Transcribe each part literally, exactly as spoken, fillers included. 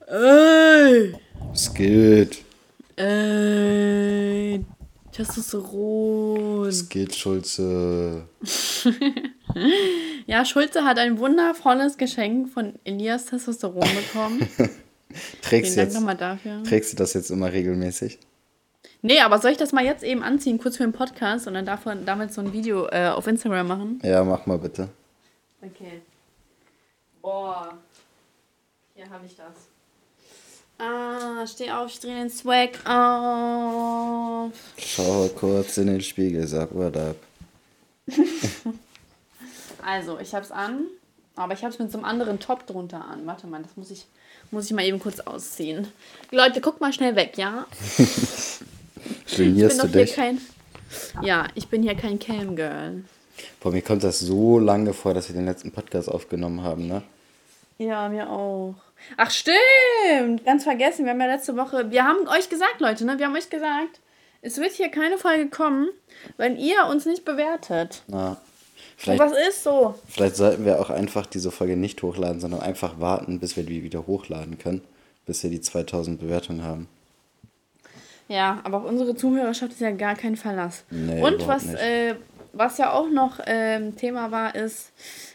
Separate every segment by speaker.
Speaker 1: Ey!
Speaker 2: Es geht.
Speaker 1: Ey! Testosteron.
Speaker 2: Es geht, Schulze.
Speaker 1: Ja, Schulze hat ein wundervolles Geschenk von Elias Testosteron bekommen.
Speaker 2: Trägst,
Speaker 1: Vielen Dank
Speaker 2: jetzt,
Speaker 1: nochmal dafür.
Speaker 2: trägst du das jetzt immer regelmäßig?
Speaker 1: Nee, aber soll ich das mal jetzt eben anziehen, kurz für den Podcast und dann davon, damit so ein Video äh, auf Instagram machen?
Speaker 2: Ja, mach mal bitte.
Speaker 1: Okay. Boah. Hier habe ich das. Ah, steh auf, ich dreh den Swag auf.
Speaker 2: Schau kurz in den Spiegel, sag what up.
Speaker 1: Also, ich hab's an, aber ich hab's mit so einem anderen Top drunter an. Warte mal, das muss ich, muss ich mal eben kurz ausziehen. Leute, guckt mal schnell weg, ja?
Speaker 2: Genierst du dich?
Speaker 1: Kein, ja, ich bin hier kein Cam-Girl.
Speaker 2: Boah, mir kommt das so lange vor, dass wir den letzten Podcast aufgenommen haben, ne?
Speaker 1: Ja, mir auch. Ach, stimmt! Ganz vergessen, wir haben ja letzte Woche, wir haben euch gesagt, Leute, ne? Wir haben euch gesagt, es wird hier keine Folge kommen, wenn ihr uns nicht bewertet.
Speaker 2: Na,
Speaker 1: vielleicht, und was ist so?
Speaker 2: Vielleicht sollten wir auch einfach diese Folge nicht hochladen, sondern einfach warten, bis wir die wieder hochladen können, bis wir die zweitausend Bewertungen haben.
Speaker 1: Ja, aber auf unsere Zuhörerschaft ist ja gar kein Verlass.
Speaker 2: Nee,
Speaker 1: und was, äh, was ja auch noch ähm, Thema war, ist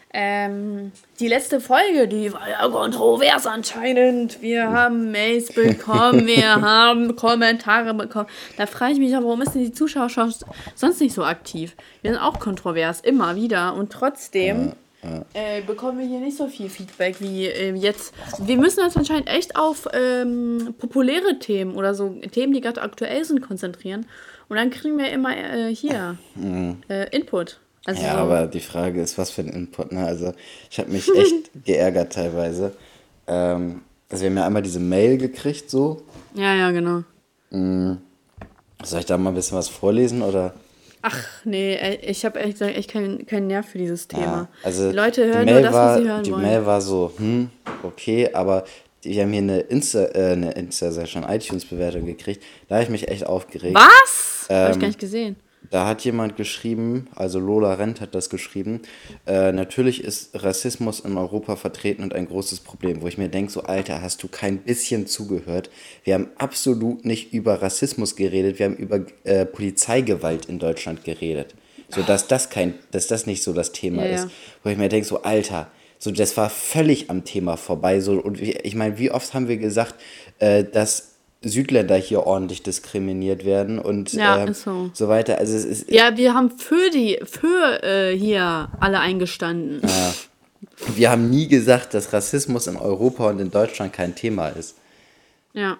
Speaker 1: ähm, die letzte Folge, die war ja kontrovers anscheinend. Wir haben Mails bekommen, wir haben Kommentare bekommen. Da frage ich mich ja, warum ist denn die Zuschauerschaft sonst nicht so aktiv? Wir sind auch kontrovers, immer wieder. Und trotzdem ja, ja. Äh, bekommen wir hier nicht so viel Feedback wie äh, jetzt. Wir müssen uns anscheinend echt auf ähm, populäre Themen oder so Themen, die gerade aktuell sind, konzentrieren. Und dann kriegen wir immer äh, hier mhm. äh, Input. Also
Speaker 2: ja,
Speaker 1: so.
Speaker 2: Aber die Frage ist, was für ein Input, ne? Also ich habe mich echt geärgert teilweise. Ähm, also wir haben ja einmal diese Mail gekriegt, so.
Speaker 1: Ja, ja, genau.
Speaker 2: Mhm. Soll ich da mal ein bisschen was vorlesen, oder?
Speaker 1: Ach, nee, ich habe ehrlich gesagt echt keinen kein Nerv für dieses Thema.
Speaker 2: Ja, also
Speaker 1: die Leute hören
Speaker 2: die
Speaker 1: nur das,
Speaker 2: war,
Speaker 1: was sie hören
Speaker 2: die
Speaker 1: wollen.
Speaker 2: Die Mail war so, hm, okay, aber wir haben hier eine Insta, äh, eine Insta, sehr schon iTunes-Bewertung gekriegt. Da habe ich mich echt aufgeregt.
Speaker 1: Was?
Speaker 2: Ähm,
Speaker 1: habe ich gar nicht gesehen.
Speaker 2: Da hat jemand geschrieben, also Lola Rent hat das geschrieben, äh, natürlich ist Rassismus in Europa vertreten und ein großes Problem, wo ich mir denke, so Alter, hast du kein bisschen zugehört? Wir haben absolut nicht über Rassismus geredet, wir haben über äh, Polizeigewalt in Deutschland geredet. So, dass das kein, dass das nicht so das Thema
Speaker 1: ja,
Speaker 2: ist.
Speaker 1: Ja.
Speaker 2: Wo ich mir denke, so Alter, so das war völlig am Thema vorbei. So, und wie, ich meine, wie oft haben wir gesagt, äh, dass Südländer hier ordentlich diskriminiert werden und
Speaker 1: ja,
Speaker 2: äh,
Speaker 1: ist so.
Speaker 2: so weiter. Also es ist,
Speaker 1: ja, wir haben für die, für äh, hier alle eingestanden.
Speaker 2: Ja. Wir haben nie gesagt, dass Rassismus in Europa und in Deutschland kein Thema ist.
Speaker 1: Ja.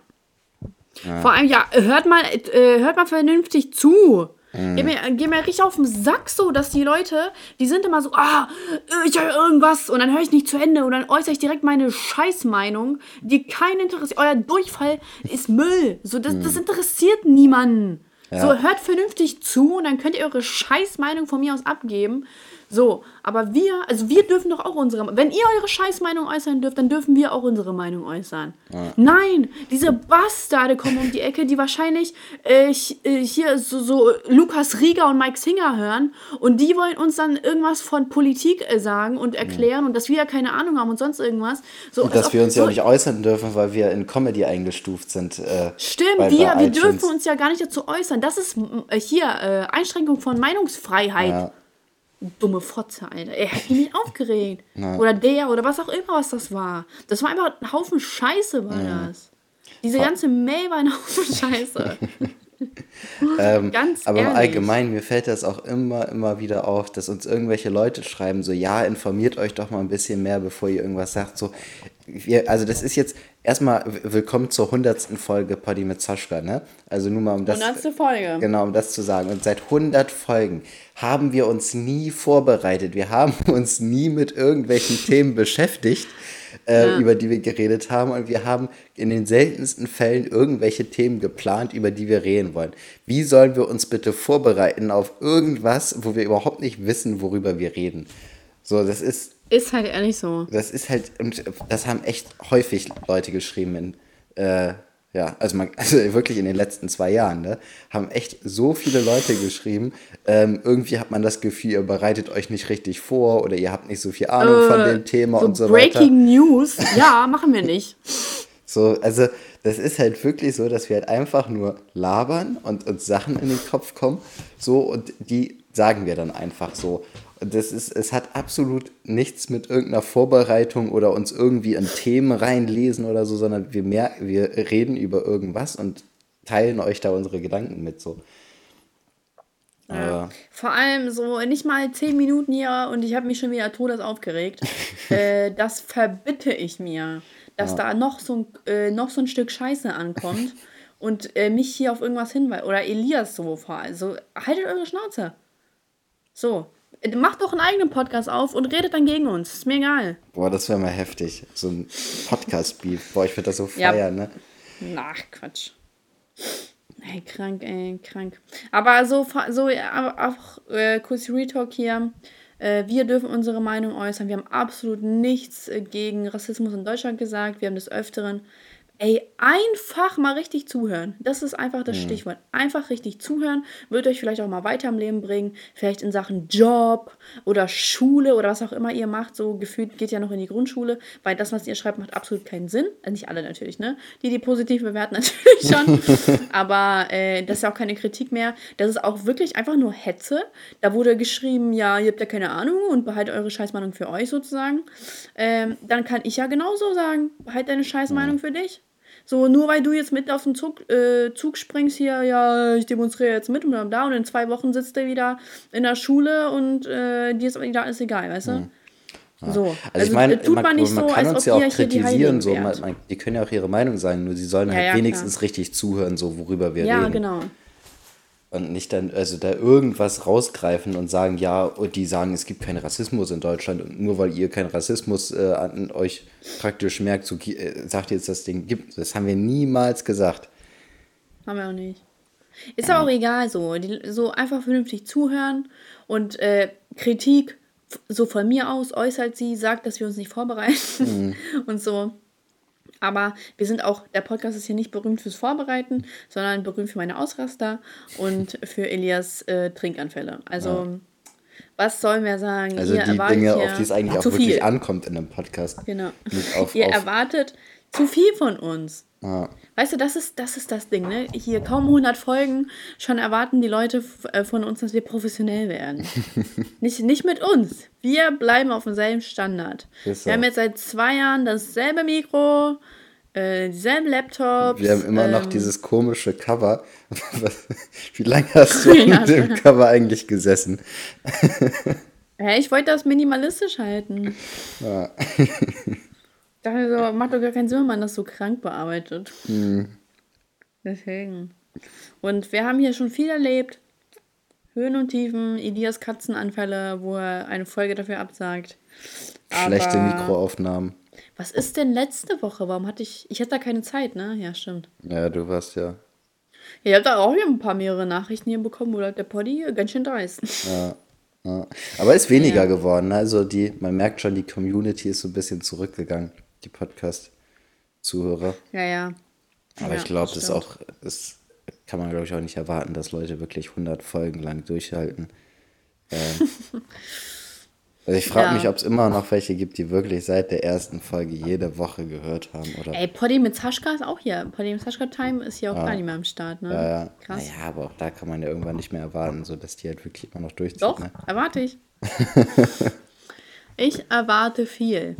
Speaker 1: ja. Vor allem, ja, hört mal, äh, hört mal vernünftig zu. Mhm. Geh, mir, geh mir richtig auf den Sack so, dass die Leute, die sind immer so, ah, ich höre irgendwas und dann höre ich nicht zu Ende und dann äußere ich direkt meine Scheißmeinung, die keinen interessiert. Euer Durchfall ist Müll. So, das, mhm. das interessiert niemanden. Ja. So, hört vernünftig zu und dann könnt ihr eure Scheißmeinung von mir aus abgeben. So, aber wir, also wir dürfen doch auch unsere, wenn ihr eure Scheißmeinung äußern dürft, dann dürfen wir auch unsere Meinung äußern. Ja. Nein, diese Bastarde kommen um die Ecke, die wahrscheinlich äh, hier so, so Lukas Rieger und Mike Singer hören und die wollen uns dann irgendwas von Politik äh, sagen und erklären ja. und dass wir ja keine Ahnung haben und sonst irgendwas. So,
Speaker 2: und dass wir uns so, ja auch nicht äußern dürfen, weil wir in Comedy eingestuft sind. Äh,
Speaker 1: stimmt,
Speaker 2: bei,
Speaker 1: wir,
Speaker 2: bei
Speaker 1: wir dürfen uns ja gar nicht dazu äußern. Das ist äh, hier äh, Einschränkung von Meinungsfreiheit. Ja. Dumme Fotze, Alter. Er hat mich aufgeregt. Ja. Oder der, oder was auch immer, was das war. Das war einfach ein Haufen Scheiße, war ja. das. Diese Fa- ganze Mail war ein Haufen Scheiße.
Speaker 2: ähm, Ganz aber ehrlich. Im Allgemeinen, mir fällt das auch immer, immer wieder auf, dass uns irgendwelche Leute schreiben, so, ja, informiert euch doch mal ein bisschen mehr, bevor ihr irgendwas sagt. So, wir, also das ist jetzt erstmal willkommen zur hundertsten Folge Poddy mit Sascha, ne? Also nur mal um das...
Speaker 1: hundertste Folge.
Speaker 2: Genau, um das zu sagen. Und seit hundert Folgen haben wir uns nie vorbereitet. Wir haben uns nie mit irgendwelchen Themen beschäftigt, äh, ja. über die wir geredet haben. Und wir haben in den seltensten Fällen irgendwelche Themen geplant, über die wir reden wollen. Wie sollen wir uns bitte vorbereiten auf irgendwas, wo wir überhaupt nicht wissen, worüber wir reden? So, das ist...
Speaker 1: Ist halt ehrlich so.
Speaker 2: Das ist halt, und das haben echt häufig Leute geschrieben in, äh, ja, also, man, also wirklich in den letzten zwei Jahren, ne, haben echt so viele Leute geschrieben, ähm, irgendwie hat man das Gefühl, ihr bereitet euch nicht richtig vor oder ihr habt nicht so viel Ahnung äh, von dem Thema
Speaker 1: so
Speaker 2: und so
Speaker 1: Breaking
Speaker 2: weiter.
Speaker 1: Breaking News, ja, machen wir nicht.
Speaker 2: So, also das ist halt wirklich so, dass wir halt einfach nur labern und uns Sachen in den Kopf kommen, so, und die sagen wir dann einfach so. Und das ist, es hat absolut nichts mit irgendeiner Vorbereitung oder uns irgendwie in Themen reinlesen oder so, sondern wir, mer- wir reden über irgendwas und teilen euch da unsere Gedanken mit so.
Speaker 1: Ja.
Speaker 2: Aber
Speaker 1: Vor allem so nicht mal zehn Minuten hier und ich habe mich schon wieder todes aufgeregt. äh, das verbitte ich mir, dass
Speaker 2: ja.
Speaker 1: da noch so, ein, äh, noch so ein Stück Scheiße ankommt und äh, mich hier auf irgendwas hinweist. Oder Elias so vor. Also haltet eure Schnauze. So. Äh, Macht doch einen eigenen Podcast auf und redet dann gegen uns. Ist mir egal.
Speaker 2: Boah, das wäre mal heftig. So ein Podcast-Beef. Boah, ich würde das so
Speaker 1: Ja.
Speaker 2: feiern, ne?
Speaker 1: Ach, Quatsch. Ey, krank, ey, krank. Aber so, fa- so ja, aber auch äh, kurz Retalk hier. Äh, wir dürfen unsere Meinung äußern. Wir haben absolut nichts äh, gegen Rassismus in Deutschland gesagt. Wir haben des Öfteren. Ey, einfach mal richtig zuhören. Das ist einfach das Stichwort. Einfach richtig zuhören. Wird euch vielleicht auch mal weiter im Leben bringen. Vielleicht in Sachen Job oder Schule oder was auch immer ihr macht. So gefühlt geht ja noch in die Grundschule. Weil das, was ihr schreibt, macht absolut keinen Sinn. Also nicht alle natürlich, ne? Die, die positiv bewerten, natürlich schon. Aber äh, das ist ja auch keine Kritik mehr. Das ist auch wirklich einfach nur Hetze. Da wurde geschrieben, ja, ihr habt ja keine Ahnung und behaltet eure Scheißmeinung für euch sozusagen. Ähm, dann kann ich ja genauso sagen, behalt deine Scheißmeinung für dich. So, nur weil du jetzt mit auf den Zug, äh, Zug springst hier, ja, ich demonstriere jetzt mit und bla bla, und in zwei Wochen sitzt du wieder in der Schule und äh, dir ist wieder alles egal, weißt du?
Speaker 2: Ja.
Speaker 1: So,
Speaker 2: Also,
Speaker 1: also
Speaker 2: ich meine,
Speaker 1: äh, tut
Speaker 2: man,
Speaker 1: man nicht
Speaker 2: man
Speaker 1: so,
Speaker 2: kann
Speaker 1: als
Speaker 2: uns
Speaker 1: ob
Speaker 2: ja
Speaker 1: ihr
Speaker 2: auch
Speaker 1: hier die
Speaker 2: kritisieren,
Speaker 1: Heiligen
Speaker 2: so, man,
Speaker 1: wärt.
Speaker 2: man, die können ja auch ihre Meinung sagen, nur sie sollen
Speaker 1: Ja,
Speaker 2: halt
Speaker 1: ja,
Speaker 2: wenigstens
Speaker 1: klar.
Speaker 2: richtig zuhören, so worüber wir
Speaker 1: Ja,
Speaker 2: reden.
Speaker 1: genau.
Speaker 2: Und nicht dann, also da irgendwas rausgreifen und sagen, ja, und die sagen, es gibt keinen Rassismus in Deutschland und nur weil ihr keinen Rassismus äh, an euch praktisch merkt, so äh, sagt ihr jetzt, das Ding gibt. Das haben wir niemals gesagt.
Speaker 1: Haben wir auch nicht. Ist aber auch egal so. Die, so einfach vernünftig zuhören und äh, Kritik f- so von mir aus äußert sie, sagt, dass wir uns nicht vorbereiten und so. Aber wir sind auch, der Podcast ist hier nicht berühmt fürs Vorbereiten, sondern berühmt für meine Ausraster und für Elias äh, Trinkanfälle. Also, was sollen wir sagen?
Speaker 2: Also
Speaker 1: Ihr
Speaker 2: die
Speaker 1: erwartet
Speaker 2: Dinge,
Speaker 1: hier
Speaker 2: auf die es eigentlich auch
Speaker 1: zu
Speaker 2: wirklich
Speaker 1: viel.
Speaker 2: ankommt in einem Podcast.
Speaker 1: Genau.
Speaker 2: Nicht auf,
Speaker 1: Ihr
Speaker 2: auf
Speaker 1: erwartet zu viel von uns.
Speaker 2: ja.
Speaker 1: Weißt du, das ist, das ist das Ding, ne? Hier kaum hundert Folgen, schon erwarten die Leute f- äh, von uns, dass wir professionell werden. nicht, nicht mit uns. Wir bleiben auf demselben Standard.
Speaker 2: Ist
Speaker 1: Wir
Speaker 2: so.
Speaker 1: haben jetzt seit zwei Jahren dasselbe Mikro, äh, dieselben Laptops.
Speaker 2: Wir haben immer noch
Speaker 1: ähm,
Speaker 2: dieses komische Cover. Was- Wie lange hast du
Speaker 1: Ja.
Speaker 2: an dem Cover eigentlich gesessen?
Speaker 1: Hä, ich wollte das minimalistisch halten.
Speaker 2: Ja.
Speaker 1: Ich dachte so, macht doch gar keinen Sinn, wenn man das so krank bearbeitet.
Speaker 2: Hm.
Speaker 1: Deswegen. Und wir haben hier schon viel erlebt. Höhen und Tiefen, Elias Katzenanfälle, wo er eine Folge dafür absagt.
Speaker 2: Schlechte
Speaker 1: Aber
Speaker 2: Mikroaufnahmen.
Speaker 1: was ist denn letzte Woche? Warum hatte ich. Ich hatte da keine Zeit, ne? Ja, stimmt.
Speaker 2: Ja, du warst ja.
Speaker 1: Ja, ihr habt da auch hier ein paar mehrere Nachrichten hier bekommen, oder der Poddy ganz schön dreist.
Speaker 2: Ja, ja. Aber ist weniger
Speaker 1: Ja.
Speaker 2: geworden. Ne? Also die, man merkt schon, die Community ist so ein bisschen zurückgegangen, die Podcast-Zuhörer.
Speaker 1: Ja, ja.
Speaker 2: Aber
Speaker 1: Ja,
Speaker 2: ich glaube, das ist
Speaker 1: stimmt.
Speaker 2: auch, das kann man, glaube ich, auch nicht erwarten, dass Leute wirklich hundert Folgen lang durchhalten. Ähm, also ich frage
Speaker 1: Ja.
Speaker 2: mich, ob es immer noch welche gibt, die wirklich seit der ersten Folge jede Woche gehört haben. Oder?
Speaker 1: Ey, Poddy mit Saschka ist auch hier. Poddy mit Saschka Time ist hier auch
Speaker 2: Ja.
Speaker 1: gar nicht mehr am Start, ne?
Speaker 2: Ja, ja.
Speaker 1: Krass.
Speaker 2: Naja, aber auch da kann man ja irgendwann nicht mehr erwarten, so dass die halt wirklich immer noch durchzieht.
Speaker 1: Doch,
Speaker 2: Ne?
Speaker 1: erwarte ich. Ich erwarte viel.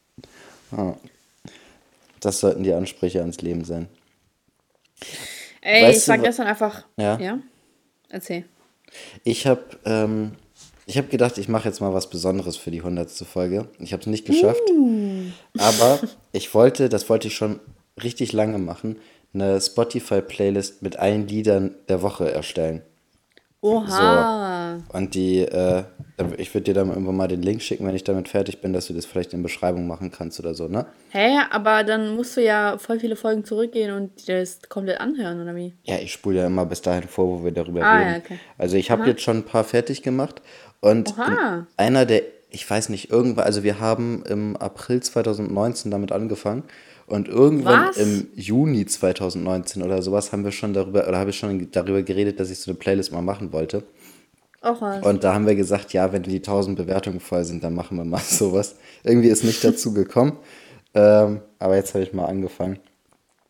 Speaker 2: Das sollten die Ansprüche ans Leben sein.
Speaker 1: Ey,
Speaker 2: Weißt
Speaker 1: ich
Speaker 2: du,
Speaker 1: war
Speaker 2: wa-
Speaker 1: gestern einfach.
Speaker 2: Ja?
Speaker 1: Ja? Erzähl.
Speaker 2: Ich habe ähm, ich hab gedacht, ich mache jetzt mal was Besonderes für die hundertste Folge. Ich habe es nicht geschafft, aber ich wollte, das wollte ich schon richtig lange machen, eine Spotify-Playlist mit allen Liedern der Woche erstellen.
Speaker 1: Oha.
Speaker 2: Und die, äh, ich würde dir dann irgendwann mal den Link schicken, wenn ich damit fertig bin, dass du das vielleicht in Beschreibung machen kannst oder so, ne?
Speaker 1: Hä, aber dann musst du ja voll viele Folgen zurückgehen und dir das komplett anhören, oder wie?
Speaker 2: Ja, ich spule ja immer bis dahin vor, wo wir darüber
Speaker 1: Ah,
Speaker 2: reden.
Speaker 1: ja, okay.
Speaker 2: Also ich habe jetzt schon ein paar fertig gemacht und
Speaker 1: Oha.
Speaker 2: in einer der, ich weiß nicht, irgendwann, also wir haben im April zwanzig neunzehn damit angefangen und irgendwann
Speaker 1: Was?
Speaker 2: im Juni zwanzig neunzehn oder sowas haben wir schon darüber, oder habe ich schon darüber geredet, dass ich so eine Playlist mal machen wollte.
Speaker 1: Auch was.
Speaker 2: Und da haben wir gesagt, ja, wenn die tausend Bewertungen voll sind, dann machen wir mal sowas. Irgendwie ist nicht dazu gekommen, ähm, aber jetzt habe ich mal angefangen.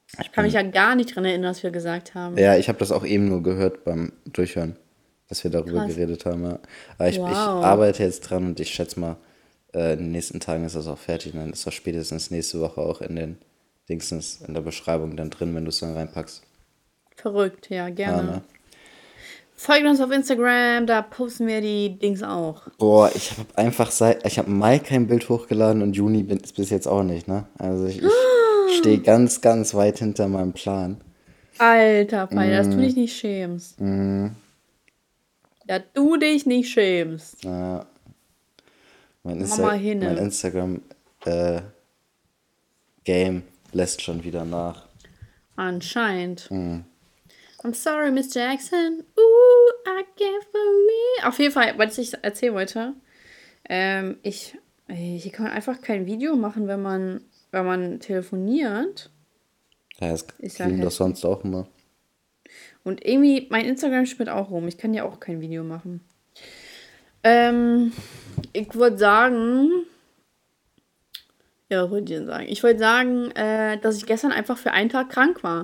Speaker 1: Ich kann mich ja gar nicht dran erinnern, was wir gesagt haben.
Speaker 2: Ja, ich habe das auch eben nur gehört beim Durchhören, dass wir darüber
Speaker 1: Krass.
Speaker 2: geredet haben. Ja. Aber ich, ich
Speaker 1: Wow.
Speaker 2: arbeite jetzt dran und ich schätze mal, äh, in den nächsten Tagen ist das auch fertig. Und dann ist das spätestens nächste Woche auch in den Dingsens, in der Beschreibung dann drin, wenn du es dann reinpackst.
Speaker 1: Verrückt, ja,
Speaker 2: Ja,
Speaker 1: gerne.
Speaker 2: ne?
Speaker 1: Folgt uns auf Instagram, da posten wir die Dings auch.
Speaker 2: Boah, ich habe einfach seit, ich habe Mai kein Bild hochgeladen und Juni bin, bis jetzt auch nicht, ne? Also ich, ich stehe ganz, ganz weit hinter meinem Plan.
Speaker 1: Alter, Falter, dass
Speaker 2: Mm.
Speaker 1: du dich nicht schämst. Dass du dich nicht schämst.
Speaker 2: Ja. Mein,
Speaker 1: Mama
Speaker 2: Insta
Speaker 1: hinne.
Speaker 2: mein Instagram äh, Game lässt schon wieder nach.
Speaker 1: Anscheinend.
Speaker 2: Mhm.
Speaker 1: I'm sorry, Miss Jackson. Ooh, I can't for real. Auf jeden Fall, was ich erzählen wollte. Ähm, ich, hier kann man einfach kein Video machen, wenn man, wenn man telefoniert.
Speaker 2: Ja, das
Speaker 1: Ist ja
Speaker 2: kriegen doch
Speaker 1: heftig.
Speaker 2: sonst auch immer.
Speaker 1: Und irgendwie, mein Instagram spielt auch rum. Ich kann ja auch kein Video machen. Ähm, ich würde sagen. Ja, was wollte ich denn sagen? Ich wollte sagen, äh, dass ich gestern einfach für einen Tag krank war.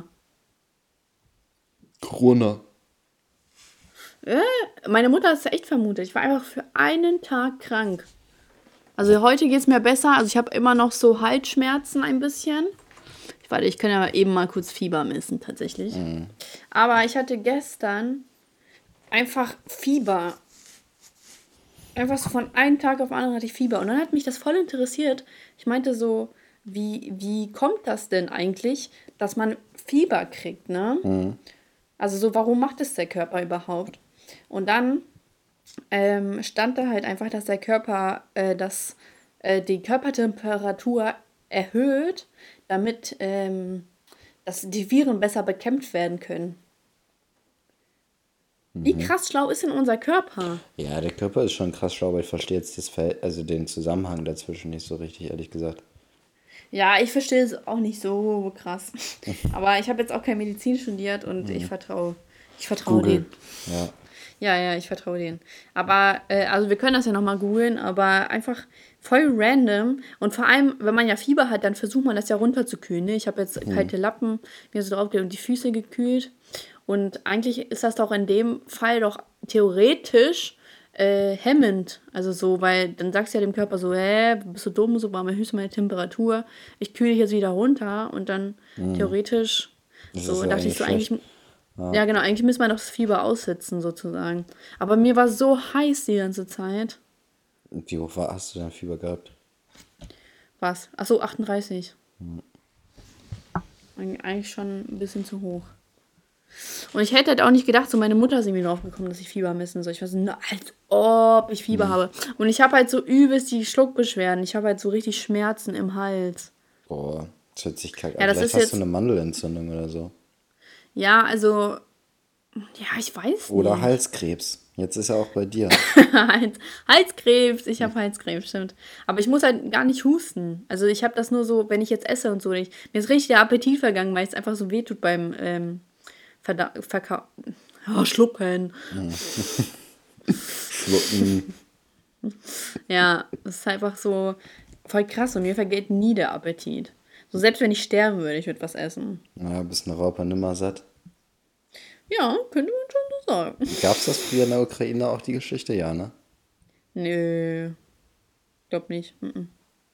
Speaker 2: Corona.
Speaker 1: Äh, meine Mutter hat es echt vermutet. Ich war einfach für einen Tag krank. Also heute geht es mir besser. Also ich habe immer noch so Halsschmerzen ein bisschen. Ich warte, ich kann ja eben mal kurz Fieber messen, tatsächlich.
Speaker 2: Mhm.
Speaker 1: Aber ich hatte gestern einfach Fieber. Einfach so von einem Tag auf den anderen hatte ich Fieber. Und dann hat mich das voll interessiert. Ich meinte so, wie, wie kommt das denn eigentlich, dass man Fieber kriegt, ne?
Speaker 2: Mhm.
Speaker 1: Also so, warum macht es der Körper überhaupt? Und dann ähm, stand da halt einfach, dass der Körper äh, das, äh, die Körpertemperatur erhöht, damit ähm, dass die Viren besser bekämpft werden können. Wie krass schlau ist denn unser Körper?
Speaker 2: Ja, der Körper ist schon krass schlau, aber ich verstehe jetzt das Verhält- also den Zusammenhang dazwischen nicht so richtig, ehrlich gesagt.
Speaker 1: Ja, ich verstehe es auch nicht so krass. Aber ich habe jetzt auch kein Medizin studiert und ich vertraue. Ich vertraue
Speaker 2: Google.
Speaker 1: denen.
Speaker 2: Ja.
Speaker 1: Ja, ja, ich vertraue denen. Aber, äh, also wir können das ja nochmal googeln, aber einfach voll random. Und vor allem, wenn man ja Fieber hat, dann versucht man das ja runterzukühlen. Ne? Ich habe jetzt kalte Lappen mir so draufgelegt und die Füße gekühlt. Und eigentlich ist das doch in dem Fall doch theoretisch äh, hemmend. Also so, weil dann sagst du ja dem Körper so, hä, bist du dumm, so war meine höchste meine Temperatur. Ich kühle dich jetzt wieder runter und dann theoretisch
Speaker 2: Das
Speaker 1: so
Speaker 2: ist ja
Speaker 1: dachte ich so
Speaker 2: eigentlich
Speaker 1: eigentlich. Ja, genau, eigentlich müsste man doch das Fieber aussitzen, sozusagen. Aber mir war so heiß die ganze Zeit.
Speaker 2: Und wie hoch war, hast du denn Fieber gehabt?
Speaker 1: Was? Achso, achtunddreißig. Eig- Eigentlich schon ein bisschen zu hoch. Und ich hätte halt auch nicht gedacht, so meine Mutter ist irgendwie drauf gekommen, dass ich Fieber messen soll. Ich war so, na, als ob ich Fieber habe. Und ich habe halt so übelst die Schluckbeschwerden. Ich habe halt so richtig Schmerzen im Hals.
Speaker 2: Boah, das hört sich kacke
Speaker 1: Ja,
Speaker 2: an.
Speaker 1: das
Speaker 2: Vielleicht
Speaker 1: ist
Speaker 2: hast
Speaker 1: jetzt-
Speaker 2: du eine Mandelentzündung oder so.
Speaker 1: Ja, also, ja, ich weiß
Speaker 2: Oder
Speaker 1: nicht.
Speaker 2: Halskrebs. Jetzt ist er auch bei dir.
Speaker 1: Hals, Halskrebs, ich habe Halskrebs, stimmt. Aber ich muss halt gar nicht husten. Also ich habe das nur so, wenn ich jetzt esse und so. Ich, mir ist richtig der Appetit vergangen, weil es einfach so wehtut beim ähm, Verda Verka oh, Schlucken.
Speaker 2: Schlucken.
Speaker 1: Ja, es ist einfach so voll krass und mir vergeht nie der Appetit. So selbst wenn ich sterben würde, ich würde was essen.
Speaker 2: Ja, bist eine Rauper nimmer satt.
Speaker 1: Ja, könnte man schon so sagen.
Speaker 2: Gab's das früher in der Ukraine auch, die Geschichte? Ja, ne?
Speaker 1: Nö, glaub nicht. Mhm.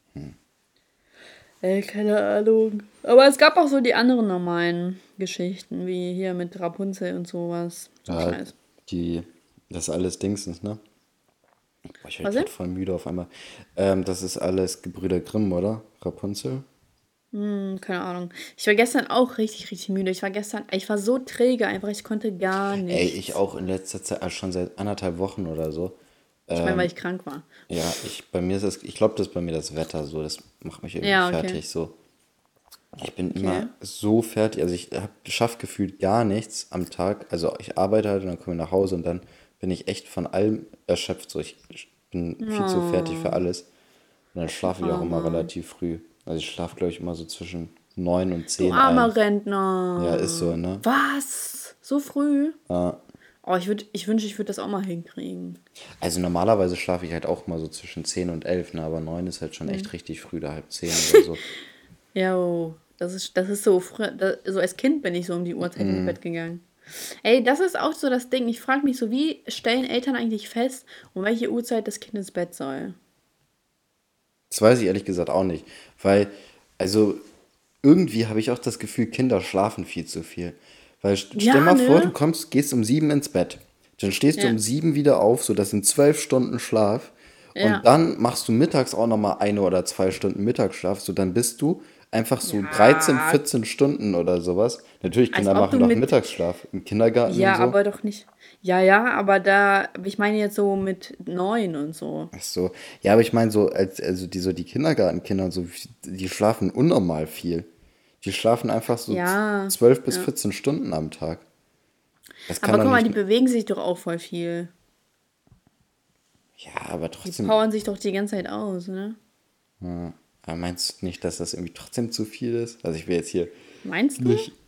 Speaker 1: Ey, keine Ahnung. Aber es gab auch so die anderen normalen Geschichten, wie hier mit Rapunzel und sowas. So
Speaker 2: Ja,
Speaker 1: Scheiß.
Speaker 2: die, das ist alles Dingsens, ne? Boah, ich
Speaker 1: Was
Speaker 2: werde
Speaker 1: denn?
Speaker 2: grad voll müde auf einmal. Ähm, das ist alles Gebrüder Grimm, oder? Rapunzel?
Speaker 1: Hm, keine Ahnung. Ich war gestern auch richtig, richtig müde. Ich war gestern, ich war so träge einfach, ich konnte gar nicht.
Speaker 2: Ey, ich auch in letzter Zeit, also schon seit anderthalb Wochen oder so.
Speaker 1: Ich meine, weil ich krank war.
Speaker 2: Ja, ich, bei mir ist das, ich glaube, das ist bei mir das Wetter so, das macht mich irgendwie
Speaker 1: Ja, okay.
Speaker 2: fertig so. Ich bin immer so fertig, also ich hab, schaff gefühlt gar nichts am Tag. Also ich arbeite halt und dann komme ich nach Hause und dann bin ich echt von allem erschöpft. So, ich bin viel zu fertig für alles. Und dann schlafe ich auch immer relativ früh. Also ich schlafe, glaube ich, immer so zwischen neun und
Speaker 1: Du
Speaker 2: zehn
Speaker 1: armer
Speaker 2: ein.
Speaker 1: Rentner.
Speaker 2: Ja, ist so, ne?
Speaker 1: Was? So früh?
Speaker 2: Ja.
Speaker 1: Oh, ich, würd, ich wünsche, ich würde das auch mal hinkriegen.
Speaker 2: Also normalerweise schlafe ich halt auch mal so zwischen zehn und elf, ne? Aber neun ist halt schon echt richtig früh, da halb zehn oder so.
Speaker 1: Jo. Das ist, das ist so, frü- das, so als Kind bin ich so um die Uhrzeit ins Bett gegangen. Ey, das ist auch so das Ding. Ich frage mich so, wie stellen Eltern eigentlich fest, um welche Uhrzeit das Kind ins Bett soll?
Speaker 2: Das weiß ich ehrlich gesagt auch nicht. Weil, also, irgendwie habe ich auch das Gefühl, Kinder schlafen viel zu viel. Weil st- stell
Speaker 1: Ja,
Speaker 2: mal vor, du
Speaker 1: ne?
Speaker 2: kommst, gehst um sieben ins Bett. Dann stehst du
Speaker 1: Ja,
Speaker 2: um sieben wieder auf, so das sind zwölf Stunden Schlaf. Und
Speaker 1: ja,
Speaker 2: dann machst du mittags auch nochmal eine oder zwei Stunden Mittagsschlaf. So dann bist du einfach so dreizehn,
Speaker 1: ja,
Speaker 2: vierzehn Stunden oder sowas. Natürlich,
Speaker 1: als
Speaker 2: Kinder
Speaker 1: ob du
Speaker 2: machen doch
Speaker 1: mit,
Speaker 2: Mittagsschlaf im Kindergarten und
Speaker 1: ja,
Speaker 2: so.
Speaker 1: aber doch nicht. Ja, ja, aber da, ich meine jetzt so mit neun und so.
Speaker 2: Ach so. Ja, aber ich meine so, als, also die, so die Kindergartenkinder und so, die schlafen unnormal viel. Die schlafen einfach so
Speaker 1: Ja,
Speaker 2: zwölf bis
Speaker 1: ja.
Speaker 2: vierzehn Stunden am Tag. Das kann
Speaker 1: Aber
Speaker 2: doch
Speaker 1: guck mal,
Speaker 2: nicht.
Speaker 1: die bewegen sich doch auch voll viel.
Speaker 2: Ja, aber
Speaker 1: Die
Speaker 2: trotzdem.
Speaker 1: powern sich doch die ganze Zeit aus, ne?
Speaker 2: Ja, aber meinst du nicht, dass das irgendwie trotzdem zu viel ist? Also ich will jetzt hier
Speaker 1: Meinst du?
Speaker 2: nicht.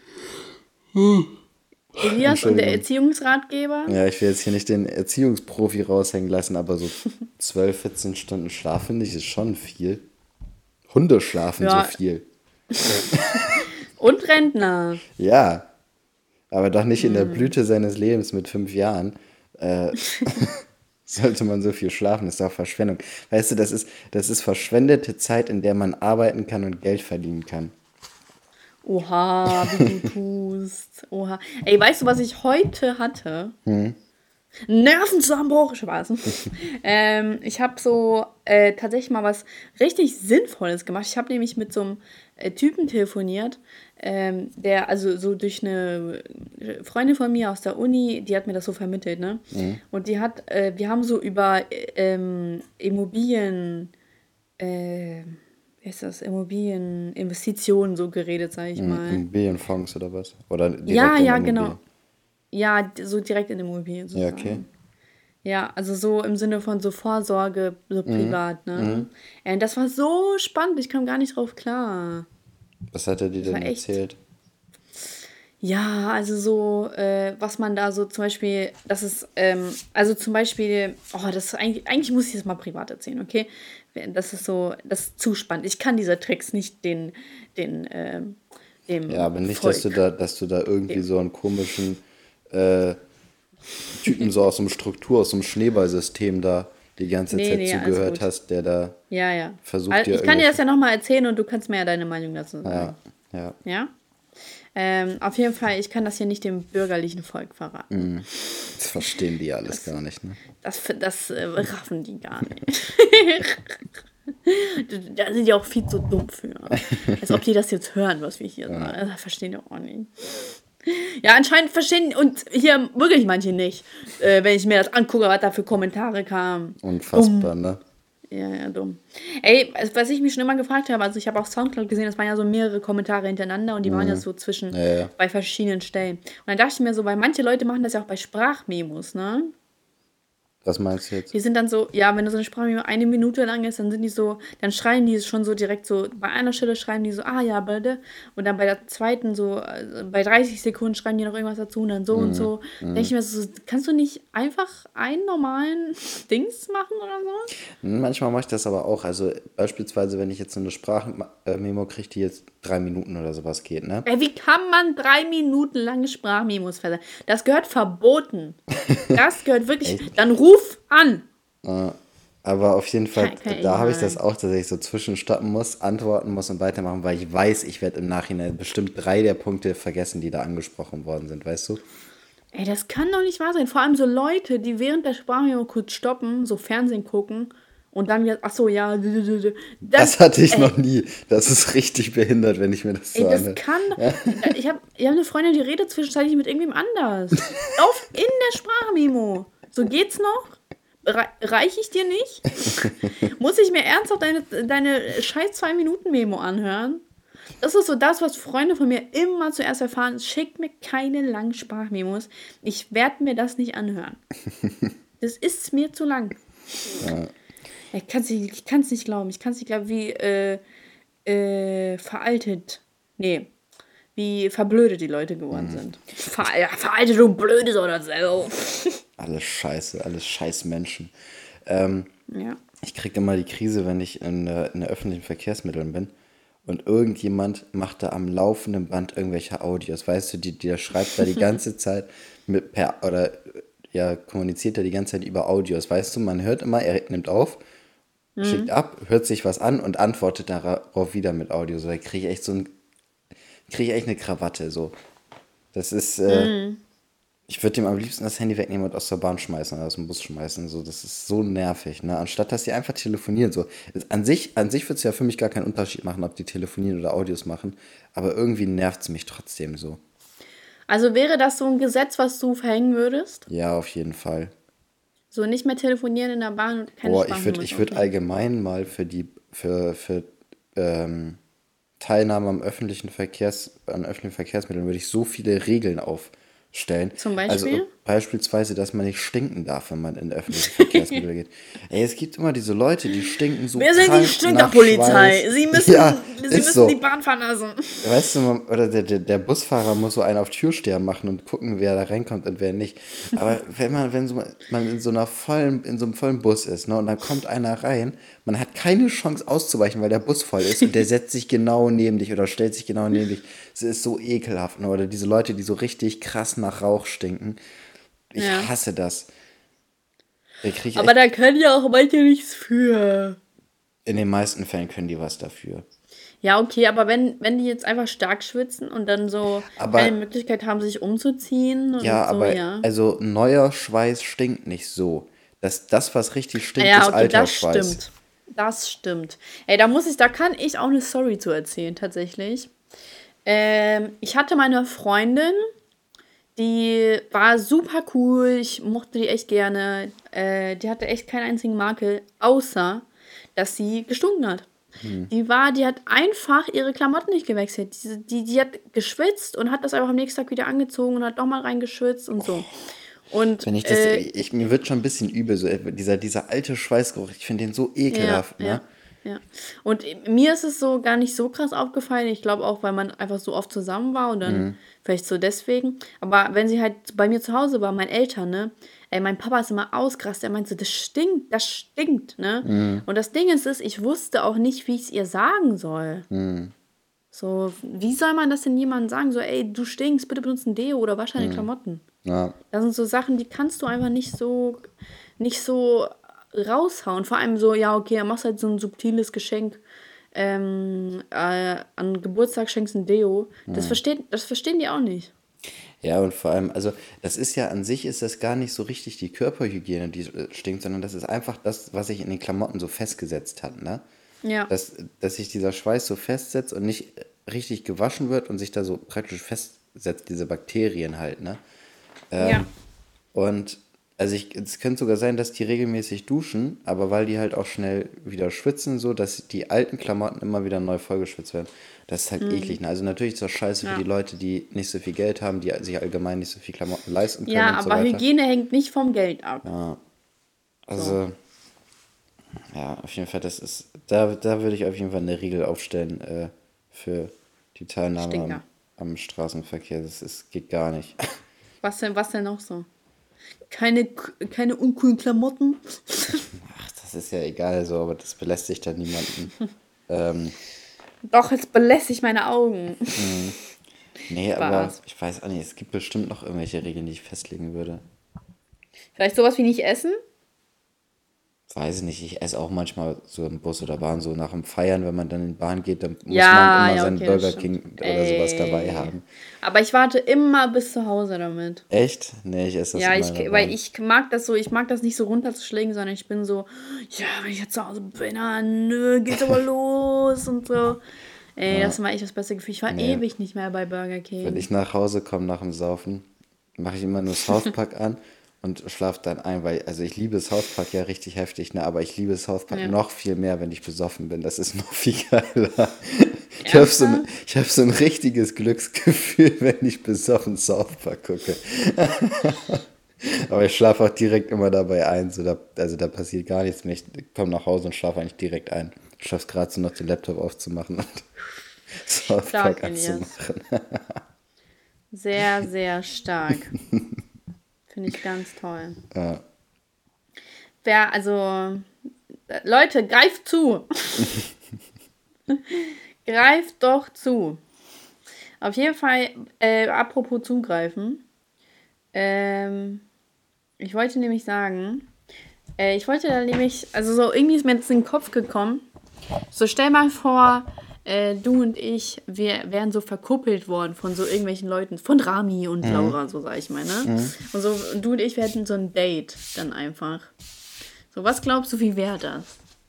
Speaker 1: Elias und der
Speaker 2: Entschuldigung.
Speaker 1: Erziehungsratgeber?
Speaker 2: Ja, ich will jetzt hier nicht den Erziehungsprofi raushängen lassen, aber so zwölf, vierzehn Stunden Schlaf finde ich ist schon viel. Hunde schlafen so
Speaker 1: Ja,
Speaker 2: viel.
Speaker 1: und Rentner.
Speaker 2: Ja, aber doch nicht in der Blüte seines Lebens mit fünf Jahren. Äh, sollte man so viel schlafen, ist doch Verschwendung. Weißt du, das ist, das ist verschwendete Zeit, in der man arbeiten kann und Geld verdienen kann.
Speaker 1: Oha, wie du tust. Oha. Ey, weißt du, was ich heute hatte? Nervenzusammenbruch, Spaß. ähm, ich habe so äh, tatsächlich mal was richtig Sinnvolles gemacht. Ich habe nämlich mit so einem äh, Typen telefoniert, ähm, der, also so durch eine Freundin von mir aus der Uni, die hat mir das so vermittelt, ne? Und die hat, äh, wir haben so über äh, ähm, Immobilien, äh, wie heißt das, Immobilieninvestitionen so geredet, sag ich
Speaker 2: Mhm.
Speaker 1: mal.
Speaker 2: Immobilienfonds oder was? Oder
Speaker 1: Ja,
Speaker 2: direkt in
Speaker 1: ja,
Speaker 2: Immobilien.
Speaker 1: genau. Ja, d- so direkt in Immobilien
Speaker 2: Ja, okay.
Speaker 1: sozusagen. Ja, also so im Sinne von so Vorsorge, so privat, ne? Äh, das war so spannend, ich kam gar nicht drauf klar.
Speaker 2: Was hat er dir
Speaker 1: Das
Speaker 2: denn
Speaker 1: war echt.
Speaker 2: erzählt?
Speaker 1: Ja, also so, äh, was man da so zum Beispiel, das ist, ähm, also zum Beispiel, oh, das ist eigentlich, eigentlich muss ich das mal privat erzählen, okay? Das ist so, das ist zu spannend. Ich kann diese Tricks nicht den, den, ähm,
Speaker 2: Ja,
Speaker 1: dem
Speaker 2: aber nicht, dass du
Speaker 1: Volk,
Speaker 2: da, dass du da irgendwie
Speaker 1: dem,
Speaker 2: so einen komischen äh, Typen so aus dem Struktur, aus dem Schneeballsystem da die ganze
Speaker 1: nee,
Speaker 2: Zeit
Speaker 1: nee, alles
Speaker 2: zugehört
Speaker 1: gut.
Speaker 2: hast, der da
Speaker 1: Ja, ja.
Speaker 2: versucht
Speaker 1: Also
Speaker 2: dir
Speaker 1: ich kann dir das
Speaker 2: irgendwelche.
Speaker 1: ja nochmal erzählen und du kannst mir ja deine Meinung dazu
Speaker 2: Ja,
Speaker 1: sagen.
Speaker 2: ja.
Speaker 1: Ja? Ähm, auf jeden Fall, ich kann das hier nicht dem bürgerlichen Volk verraten.
Speaker 2: Das verstehen die alles
Speaker 1: Das,
Speaker 2: gar nicht, ne?
Speaker 1: das, das äh, raffen die gar nicht. Da sind die auch viel zu dumm für. Als ob die das jetzt hören, was wir hier sagen. Das verstehen die auch nicht. Ja, anscheinend verstehen und hier wirklich manche nicht, äh, wenn ich mir das angucke, was da für Kommentare kamen.
Speaker 2: Unfassbar, ne?
Speaker 1: Ja, ja, dumm. Ey, was was ich mich schon immer gefragt habe, also ich habe auch Soundcloud gesehen, das waren ja so mehrere Kommentare hintereinander und die waren ja so zwischen,
Speaker 2: Ja, ja.
Speaker 1: bei verschiedenen Stellen. Und dann dachte ich mir so, weil manche Leute machen das ja auch bei Sprachmemos, ne?
Speaker 2: Was meinst du jetzt?
Speaker 1: Die sind dann so, ja, wenn du so eine Sprachmemo eine Minute lang ist, dann sind die so, dann schreien die schon so direkt so, bei einer Stelle schreiben die so, ah ja, bitte. Und dann bei der zweiten so, äh, bei dreißig Sekunden schreiben die noch irgendwas dazu und dann so und so. Denke ich mir so, kannst du nicht einfach einen normalen Dings machen oder so?
Speaker 2: Hm, Manchmal mache ich das aber auch. Also beispielsweise, wenn ich jetzt so eine Sprachmemo kriege, die jetzt drei Minuten oder sowas geht, ne?
Speaker 1: Ey, wie kann man drei Minuten lange Sprachmemos versenden? Das gehört verboten. Das gehört wirklich.
Speaker 2: Echt?
Speaker 1: Dann ruf an.
Speaker 2: Aber auf jeden Fall,
Speaker 1: Kann, kann ich
Speaker 2: da habe ich
Speaker 1: mal.
Speaker 2: das auch, dass ich so zwischenstoppen muss, antworten muss und weitermachen, weil ich weiß, ich werde im Nachhinein bestimmt drei der Punkte vergessen, die da angesprochen worden sind, weißt du?
Speaker 1: Ey, das kann doch nicht wahr sein. Vor allem so Leute, die während der Sprachmemo kurz stoppen, so Fernsehen gucken und dann wieder, ach so, ja, das,
Speaker 2: Das hatte ich
Speaker 1: ey,
Speaker 2: noch nie. Das ist richtig behindert, wenn ich mir das
Speaker 1: ey,
Speaker 2: so
Speaker 1: das
Speaker 2: anhöre.
Speaker 1: kann. Ich habe ich hab eine Freundin, die redet zwischenzeitlich mit irgendwem anders. Auf, in der Sprachmemo. So geht's noch? Re Reiche ich dir nicht? Muss ich mir ernsthaft deine, deine scheiß zwei Minuten Memo anhören? Das ist so das, was Freunde von mir immer zuerst erfahren. Schickt mir keine langen Sprachmemos. Ich werde mir das nicht anhören. Das ist mir zu lang. Ich kann es nicht, ich kann's nicht glauben. Ich kann es nicht glauben, wie äh, äh, veraltet. Nee. Wie verblödet die Leute geworden sind. Ver ja, veraltet und blödes oder so.
Speaker 2: Alles scheiße, alles scheiß Menschen. Ähm,
Speaker 1: Ja.
Speaker 2: ich kriege immer die Krise, wenn ich in, äh, in öffentlichen Verkehrsmitteln bin und irgendjemand macht da am laufenden Band irgendwelche Audios, weißt du, die, der schreibt da die ganze Zeit mit per, oder ja, kommuniziert da die ganze Zeit über Audios, weißt du, man hört immer, er nimmt auf, mhm. schickt ab, hört sich was an und antwortet darauf wieder mit Audio, so, da kriege ich echt so ein, kriege ich echt eine Krawatte, so. Das ist, äh, mhm. ich würde dem am liebsten das Handy wegnehmen und aus der Bahn schmeißen oder aus dem Bus schmeißen. So, das ist so nervig, ne? Anstatt dass die einfach telefonieren. So. An sich, an sich wird es ja für mich gar keinen Unterschied machen, ob die telefonieren oder Audios machen. Aber irgendwie nervt es mich trotzdem so.
Speaker 1: Also wäre das so ein Gesetz, was du verhängen würdest?
Speaker 2: Ja, auf jeden Fall.
Speaker 1: So nicht mehr telefonieren in der Bahn und keine
Speaker 2: Boah, ich würde ich würd allgemein mal für die für, für ähm, Teilnahme am öffentlichen Verkehrs, an öffentlichen Verkehrsmitteln würde ich so viele Regeln auf stellen.
Speaker 1: Zum Beispiel?
Speaker 2: Also beispielsweise, dass man nicht stinken darf, wenn man in öffentliche Verkehrsmittel geht. Ey, es gibt immer diese Leute, die stinken so.
Speaker 1: Wir sind die Stinkerpolizei. Sie müssen,
Speaker 2: ja,
Speaker 1: Sie müssen
Speaker 2: so.
Speaker 1: die Bahn verlassen.
Speaker 2: Weißt du, man, oder der, der, der Busfahrer muss so einen auf Türsteher machen und gucken, wer da reinkommt und wer nicht. Aber wenn man, wenn so, man in so einer vollen, in so einem vollen Bus ist, ne, und dann kommt einer rein, man hat keine Chance auszuweichen, weil der Bus voll ist und der setzt sich genau neben dich oder stellt sich genau neben dich. Es ist so ekelhaft, ne? Oder diese Leute, die so richtig krass nach Rauch stinken. Ich ja. hasse das.
Speaker 1: Aber da können ja auch manche nichts für.
Speaker 2: In den meisten Fällen können die was dafür.
Speaker 1: Ja, okay, aber wenn, wenn die jetzt einfach stark schwitzen und dann so aber, keine Möglichkeit haben, sich umzuziehen und
Speaker 2: ja,
Speaker 1: so,
Speaker 2: aber
Speaker 1: ja.
Speaker 2: Also neuer Schweiß stinkt nicht so. Das, das was richtig stinkt,
Speaker 1: ja,
Speaker 2: ist
Speaker 1: okay,
Speaker 2: alter
Speaker 1: das
Speaker 2: Schweiß.
Speaker 1: Stimmt. Das stimmt. Ey, da muss ich, da kann ich auch eine Story zu erzählen, tatsächlich. Ähm, ich hatte meine Freundin, die war super cool, ich mochte die echt gerne. Äh, die hatte echt keinen einzigen Makel, außer, dass sie gestunken hat. Hm. Die war, die hat einfach ihre Klamotten nicht gewechselt. Die, die, die hat geschwitzt und hat das einfach am nächsten Tag wieder angezogen und hat nochmal reingeschwitzt und so. Und,
Speaker 2: Wenn ich das, äh, ich, mir wird schon ein bisschen übel, so dieser, dieser alte Schweißgeruch, ich finde den so ekelhaft,
Speaker 1: ja,
Speaker 2: ne?
Speaker 1: Ja. Ja, und mir ist es so gar nicht so krass aufgefallen. Ich glaube auch, weil man einfach so oft zusammen war und dann mhm. vielleicht so deswegen. Aber wenn sie halt bei mir zu Hause war, meinen Eltern, ne, ey, mein Papa ist immer ausgerastet. Er meinte so, das stinkt, das stinkt, ne? Mhm. Und das Ding ist, ist, ich wusste auch nicht, wie ich es ihr sagen soll. Mhm. So, wie soll man das denn jemandem sagen? So, ey, du stinkst, bitte benutze ein Deo oder wasch deine mhm. Klamotten. Ja. Das sind so Sachen, die kannst du einfach nicht so, nicht so raushauen. Vor allem so, ja, okay, dann machst halt so ein subtiles Geschenk. Ähm, äh, an Geburtstag schenkst ein Deo. Das, mhm. versteht, das verstehen die auch nicht.
Speaker 2: Ja, und vor allem, also das ist ja an sich, ist das gar nicht so richtig die Körperhygiene, die stinkt, sondern das ist einfach das, was sich in den Klamotten so festgesetzt hat, ne?
Speaker 1: Ja.
Speaker 2: Dass, dass sich dieser Schweiß so festsetzt und nicht richtig gewaschen wird und sich da so praktisch festsetzt, diese Bakterien halt, ne? Ähm, ja. Und also ich, es könnte sogar sein, dass die regelmäßig duschen, aber weil die halt auch schnell wieder schwitzen, so, dass die alten Klamotten immer wieder neu vollgeschwitzt werden. Das ist halt mhm. eklig. Ne? Also natürlich ist das scheiße ja. für die Leute, die nicht so viel Geld haben, die sich allgemein nicht so viel Klamotten leisten können
Speaker 1: ja,
Speaker 2: und so
Speaker 1: aber
Speaker 2: weiter.
Speaker 1: Hygiene hängt nicht vom Geld ab.
Speaker 2: Ja, also, so. ja, auf jeden Fall, das ist, da, da würde ich auf jeden Fall eine Regel aufstellen äh, für die Teilnahme am, am Straßenverkehr. Das ist, geht gar nicht.
Speaker 1: Was denn, was denn noch so? Keine, keine uncoolen Klamotten.
Speaker 2: Ach, das ist ja egal so, aber das belästigt dann niemanden. ähm,
Speaker 1: Doch, es belästigt meine Augen.
Speaker 2: Mh. Nee, Spaß. Aber ich weiß auch nicht, es gibt bestimmt noch irgendwelche Regeln, die ich festlegen würde.
Speaker 1: Vielleicht sowas wie nicht essen?
Speaker 2: Weiß ich nicht, ich esse auch manchmal so im Bus oder Bahn, so nach dem Feiern, wenn man dann in die Bahn geht, dann muss
Speaker 1: ja,
Speaker 2: man immer
Speaker 1: ja,
Speaker 2: seinen
Speaker 1: okay,
Speaker 2: Burger King oder Ey. sowas dabei haben.
Speaker 1: Aber ich warte immer bis zu Hause damit.
Speaker 2: Echt? Nee, ich esse das
Speaker 1: ja,
Speaker 2: immer
Speaker 1: ich, weil ich mag das so, ich mag das nicht so runterzuschlägen, sondern ich bin so, ja, wenn ich jetzt zu Hause bin, dann nö, geht's aber los und so. Ey, ja. Das war echt das beste Gefühl. Ich war nee. ewig nicht mehr bei Burger King.
Speaker 2: Wenn ich nach Hause komme nach dem Saufen, mache ich immer nur South Park an und schlaf dann ein, weil, also ich liebe South Park ja richtig heftig, ne, aber ich liebe South Park ja. noch viel mehr, wenn ich besoffen bin. Das ist noch viel geiler. Ich habe so, ein, ich hab so ein richtiges Glücksgefühl, wenn ich besoffen South Park gucke. Aber ich schlafe auch direkt immer dabei ein. So da, also da passiert gar nichts mehr. Ich komme nach Hause und schlafe eigentlich direkt ein. Ich schaffe es gerade so noch den Laptop aufzumachen und South Park anzumachen.
Speaker 1: Sehr, sehr stark. Finde ich ganz toll.
Speaker 2: Ja.
Speaker 1: Wer, also, Leute, greift zu. Greif doch zu. Auf jeden Fall, äh, apropos zugreifen. Ähm, ich wollte nämlich sagen, äh, ich wollte da nämlich, also so irgendwie ist mir jetzt in den Kopf gekommen, so stell mal vor, äh, du und ich, wir wären so verkuppelt worden von so irgendwelchen Leuten, von Rami und Laura, so sag ich mal, ne? Und so, und du und ich, wir hätten so ein Date dann einfach. So, was glaubst du, wie wäre das?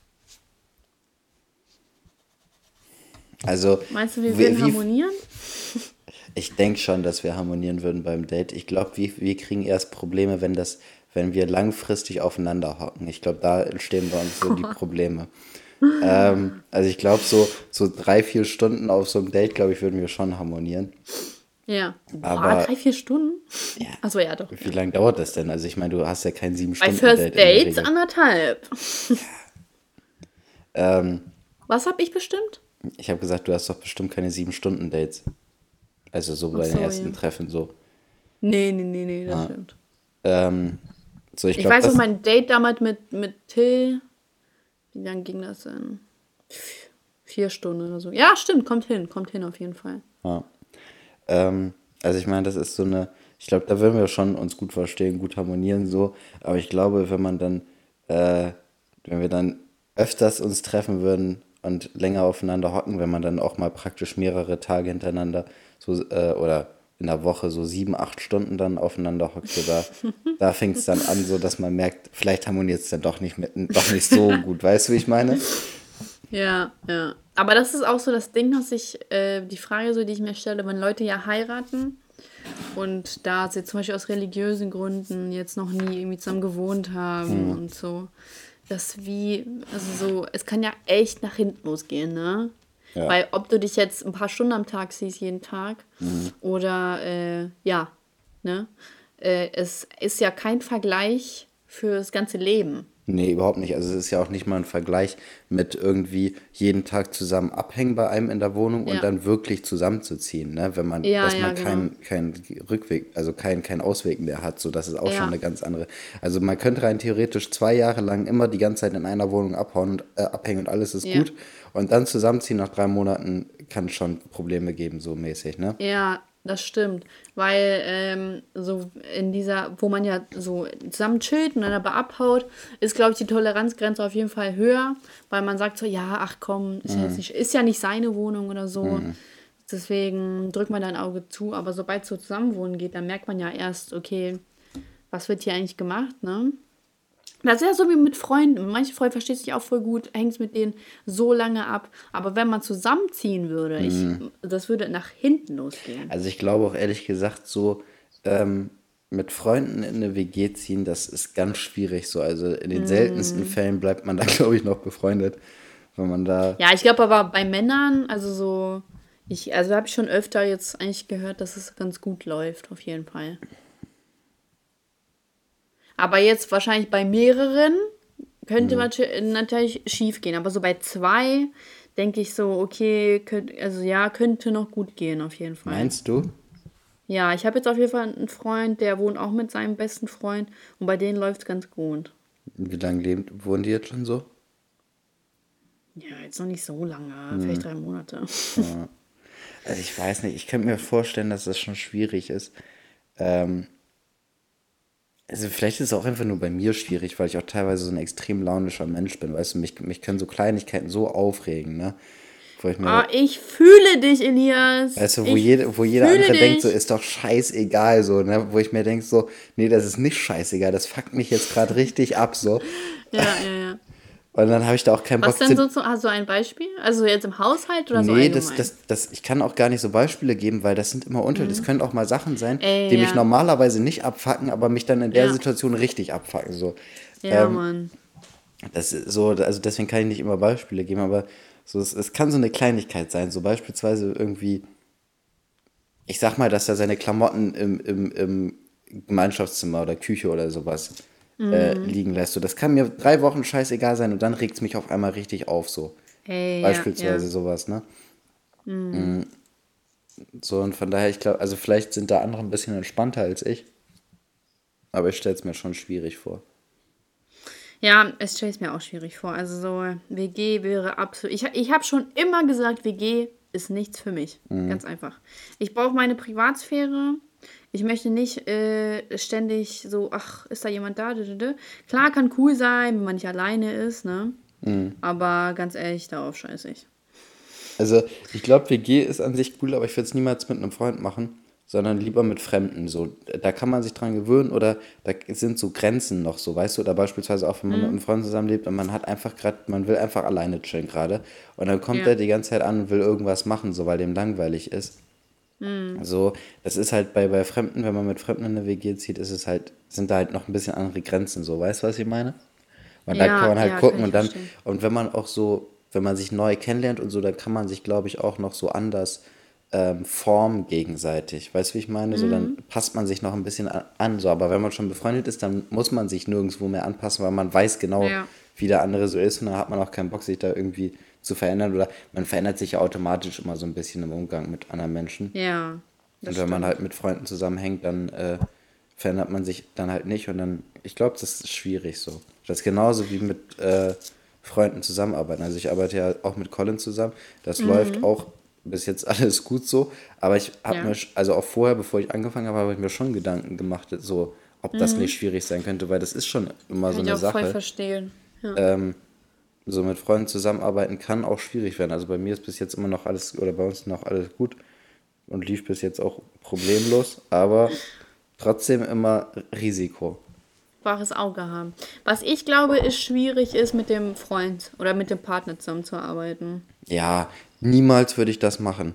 Speaker 2: Also,
Speaker 1: Meinst du, wir
Speaker 2: wie,
Speaker 1: würden
Speaker 2: wie,
Speaker 1: harmonieren?
Speaker 2: ich denke schon, dass wir harmonieren würden beim Date. Ich glaube, wir, wir kriegen erst Probleme, wenn das, wenn wir langfristig aufeinander hocken. Ich glaube, da entstehen bei uns so die Probleme. Ähm, also ich glaube, so, so drei, vier Stunden auf so einem Date, glaube ich, würden wir schon harmonieren.
Speaker 1: Ja. Boah,
Speaker 2: Aber
Speaker 1: drei, vier Stunden?
Speaker 2: ja,
Speaker 1: Achso, ja, doch.
Speaker 2: wie lange dauert das denn? Also ich meine, du hast ja kein
Speaker 1: Bei
Speaker 2: sieben-Stunden-Date
Speaker 1: First
Speaker 2: in der
Speaker 1: Dates
Speaker 2: Regel.
Speaker 1: anderthalb.
Speaker 2: Ähm,
Speaker 1: Was hab ich bestimmt?
Speaker 2: ich habe gesagt, du hast doch bestimmt keine sieben-Stunden-Dates. Also so bei
Speaker 1: Ach
Speaker 2: den
Speaker 1: so,
Speaker 2: ersten
Speaker 1: ja.
Speaker 2: Treffen so.
Speaker 1: Nee, nee, nee, nee, das stimmt.
Speaker 2: Ähm, so, ich
Speaker 1: Ich
Speaker 2: glaube,
Speaker 1: weiß auch,
Speaker 2: das.
Speaker 1: mein Date damals mit, mit Till, wie lang ging das denn? Vier Stunden oder so. Ja, stimmt, kommt hin, kommt hin auf jeden Fall.
Speaker 2: Ja. Ähm, also ich meine, das ist so eine, ich glaube, da würden wir schon uns gut verstehen, gut harmonieren so, aber ich glaube, wenn man dann, äh, wenn wir dann öfters uns treffen würden und länger aufeinander hocken, wenn man dann auch mal praktisch mehrere Tage hintereinander so, äh, oder in der Woche so sieben, acht Stunden dann aufeinander hockt, so da, da fängt es dann an, so dass man merkt, vielleicht harmoniert es dann doch nicht mit, doch nicht so gut, weißt du, wie ich meine?
Speaker 1: Ja, ja. Aber das ist auch so das Ding, dass ich, äh, die Frage so, die ich mir stelle, wenn Leute ja heiraten und da sie zum Beispiel aus religiösen Gründen jetzt noch nie irgendwie zusammen gewohnt haben und so, dass wie, also so, es kann ja echt nach hinten losgehen, ne?
Speaker 2: Ja.
Speaker 1: Weil ob du dich jetzt ein paar Stunden am Tag siehst, jeden Tag, oder, äh, ja, ne? Äh, es ist ja kein Vergleich für das ganze Leben.
Speaker 2: Nee, überhaupt nicht. Also es ist ja auch nicht mal ein Vergleich mit irgendwie jeden Tag zusammen abhängen bei einem in der Wohnung und
Speaker 1: Ja.
Speaker 2: dann wirklich zusammenzuziehen, ne? Wenn man,
Speaker 1: Ja,
Speaker 2: dass
Speaker 1: ja,
Speaker 2: man
Speaker 1: genau.
Speaker 2: keinen keinen Rückweg, also keinen keinen Ausweg mehr hat. So, das ist auch
Speaker 1: Ja.
Speaker 2: schon eine ganz andere. Also man könnte rein theoretisch zwei Jahre lang immer die ganze Zeit in einer Wohnung abhauen und äh, abhängen und alles ist
Speaker 1: Ja.
Speaker 2: gut. Und dann zusammenziehen nach drei Monaten kann schon Probleme geben, so mäßig, ne?
Speaker 1: Ja, das stimmt. Weil ähm, so in dieser, wo man ja so zusammen chillt und dann aber abhaut, ist, glaube ich, die Toleranzgrenze auf jeden Fall höher, weil man sagt so, ja, ach komm, ist ja jetzt nicht, ist ja nicht seine Wohnung oder so. Deswegen drückt man da ein Auge zu. Aber sobald es so zusammenwohnen geht, dann merkt man ja erst, okay, was wird hier eigentlich gemacht, ne? Das ist ja so wie mit Freunden. Manche Freunde verstehen sich auch voll gut, hängt mit denen so lange ab. Aber wenn man zusammenziehen würde, ich, das würde nach hinten losgehen.
Speaker 2: Also ich glaube auch ehrlich gesagt so ähm, mit Freunden in eine W G ziehen, das ist ganz schwierig so. Also in den seltensten Fällen bleibt man da, glaube ich, noch befreundet, wenn man da.
Speaker 1: Ja, ich glaube aber bei Männern, also so, ich, also habe ich schon öfter jetzt eigentlich gehört, dass es ganz gut läuft, auf jeden Fall. Aber jetzt wahrscheinlich bei mehreren könnte mhm. natürlich schief gehen. Aber so bei zwei denke ich so, okay, könnt, also ja, könnte noch gut gehen, auf jeden Fall.
Speaker 2: Meinst du?
Speaker 1: Ja, ich habe jetzt auf jeden Fall einen Freund, der wohnt auch mit seinem besten Freund und bei denen läuft es ganz gut.
Speaker 2: Wie lange leben, wohnen die jetzt schon so?
Speaker 1: Ja, jetzt noch nicht so lange, mhm. vielleicht drei Monate.
Speaker 2: Ja. Also ich weiß nicht, ich könnte mir vorstellen, dass das schon schwierig ist. Ähm, also vielleicht ist es auch einfach nur bei mir schwierig, weil ich auch teilweise so ein extrem launischer Mensch bin, weißt du, mich, mich können so Kleinigkeiten so aufregen, ne? Wo ich mir,
Speaker 1: Ah, ich fühle dich, Elias.
Speaker 2: weißt du, wo,
Speaker 1: Ich
Speaker 2: jede, wo jeder
Speaker 1: fühle
Speaker 2: andere
Speaker 1: dich.
Speaker 2: denkt, so ist doch scheißegal, so, ne? Wo ich mir denke, so, nee, das ist nicht scheißegal, das fuckt mich jetzt gerade richtig ab, so.
Speaker 1: Ja, ja, ja.
Speaker 2: Und dann habe ich da auch keinen
Speaker 1: Was
Speaker 2: Bock
Speaker 1: denn
Speaker 2: zu.
Speaker 1: so, zu- hast du ein Beispiel? Also jetzt im Haushalt oder so
Speaker 2: Nee,
Speaker 1: allgemein?
Speaker 2: das, das, das, ich kann auch gar nicht so Beispiele geben, weil das sind immer unter, das können auch mal Sachen sein,
Speaker 1: Ey,
Speaker 2: die mich
Speaker 1: ja.
Speaker 2: normalerweise nicht abfacken, aber mich dann in der
Speaker 1: Ja.
Speaker 2: Situation richtig abfacken, so.
Speaker 1: Ja,
Speaker 2: ähm,
Speaker 1: Mann.
Speaker 2: Das ist so, also deswegen kann ich nicht immer Beispiele geben, aber so, es, es kann so eine Kleinigkeit sein, so beispielsweise irgendwie, ich sag mal, dass er seine Klamotten im, im, im Gemeinschaftszimmer oder Küche oder sowas äh, liegen lässt. So, das kann mir drei Wochen scheißegal sein und dann regt es mich auf einmal richtig auf, so.
Speaker 1: Ey,
Speaker 2: Beispielsweise
Speaker 1: ja,
Speaker 2: sowas, ne? Mm. So, und von daher, ich glaube, also vielleicht sind da andere ein bisschen entspannter als ich, aber ich stelle es mir schon schwierig vor.
Speaker 1: Ja, es stelle ich mir auch schwierig vor. Also so W G wäre absolut. Ich, ich habe schon immer gesagt, W G ist nichts für mich.
Speaker 2: Mhm.
Speaker 1: Ganz einfach. Ich brauche meine Privatsphäre. Ich möchte nicht äh, ständig so, ach, ist da jemand da? Dödödö. Klar, kann cool sein, wenn man nicht alleine ist, ne?
Speaker 2: Mhm.
Speaker 1: Aber ganz ehrlich, darauf scheiße ich.
Speaker 2: Also ich glaube, W G ist an sich cool, aber ich würde es niemals mit einem Freund machen, sondern lieber mit Fremden. So, da kann man sich dran gewöhnen oder da sind so Grenzen noch so, weißt du, oder beispielsweise auch, wenn man mit einem Freund zusammenlebt und man hat einfach gerade, man will einfach alleine chillen gerade und dann kommt
Speaker 1: Ja.
Speaker 2: er die ganze Zeit an und will irgendwas machen, so weil dem langweilig ist. So, das ist halt bei, bei Fremden, wenn man mit Fremden in eine W G zieht, ist es halt, sind da halt noch ein bisschen andere Grenzen, so, weißt du, was ich meine? Und da kann
Speaker 1: Ja,
Speaker 2: man halt
Speaker 1: ja, kann
Speaker 2: gucken
Speaker 1: ich
Speaker 2: und dann,
Speaker 1: verstehen.
Speaker 2: und wenn man auch so, wenn man sich neu kennenlernt und so, dann kann man sich, glaube ich, auch noch so anders ähm, formen gegenseitig. Weißt du, wie ich meine? So, dann passt man sich noch ein bisschen a- an, so, aber wenn man schon befreundet ist, dann muss man sich nirgendwo mehr anpassen, weil man weiß genau,
Speaker 1: Ja,
Speaker 2: wie der andere so ist und dann hat man auch keinen Bock, sich da irgendwie zu verändern oder man verändert sich ja automatisch immer so ein bisschen im Umgang mit anderen Menschen.
Speaker 1: ja,
Speaker 2: Und
Speaker 1: das
Speaker 2: wenn man
Speaker 1: stimmt.
Speaker 2: halt mit Freunden zusammenhängt, dann äh, verändert man sich dann halt nicht. Und dann, ich glaube, das ist schwierig so. Das ist genauso wie mit äh, Freunden zusammenarbeiten. Also ich arbeite ja auch mit Colin zusammen. Das läuft auch bis jetzt alles gut so. Aber ich habe mir,
Speaker 1: Ja.
Speaker 2: sch- also auch vorher, bevor ich angefangen habe, habe ich mir schon Gedanken gemacht, so, ob das nicht schwierig sein könnte, weil das ist schon immer so
Speaker 1: Kann ich
Speaker 2: eine
Speaker 1: auch voll
Speaker 2: Sache.
Speaker 1: verstehen. Ja.
Speaker 2: Ähm, so mit Freunden zusammenarbeiten kann auch schwierig werden. Also bei mir ist bis jetzt immer noch alles, oder bei uns noch alles gut und lief bis jetzt auch problemlos, aber trotzdem immer Risiko.
Speaker 1: Waches Auge haben. Was ich glaube, ist schwierig ist, mit dem Freund oder mit dem Partner zusammenzuarbeiten.
Speaker 2: Ja, niemals würde ich das machen.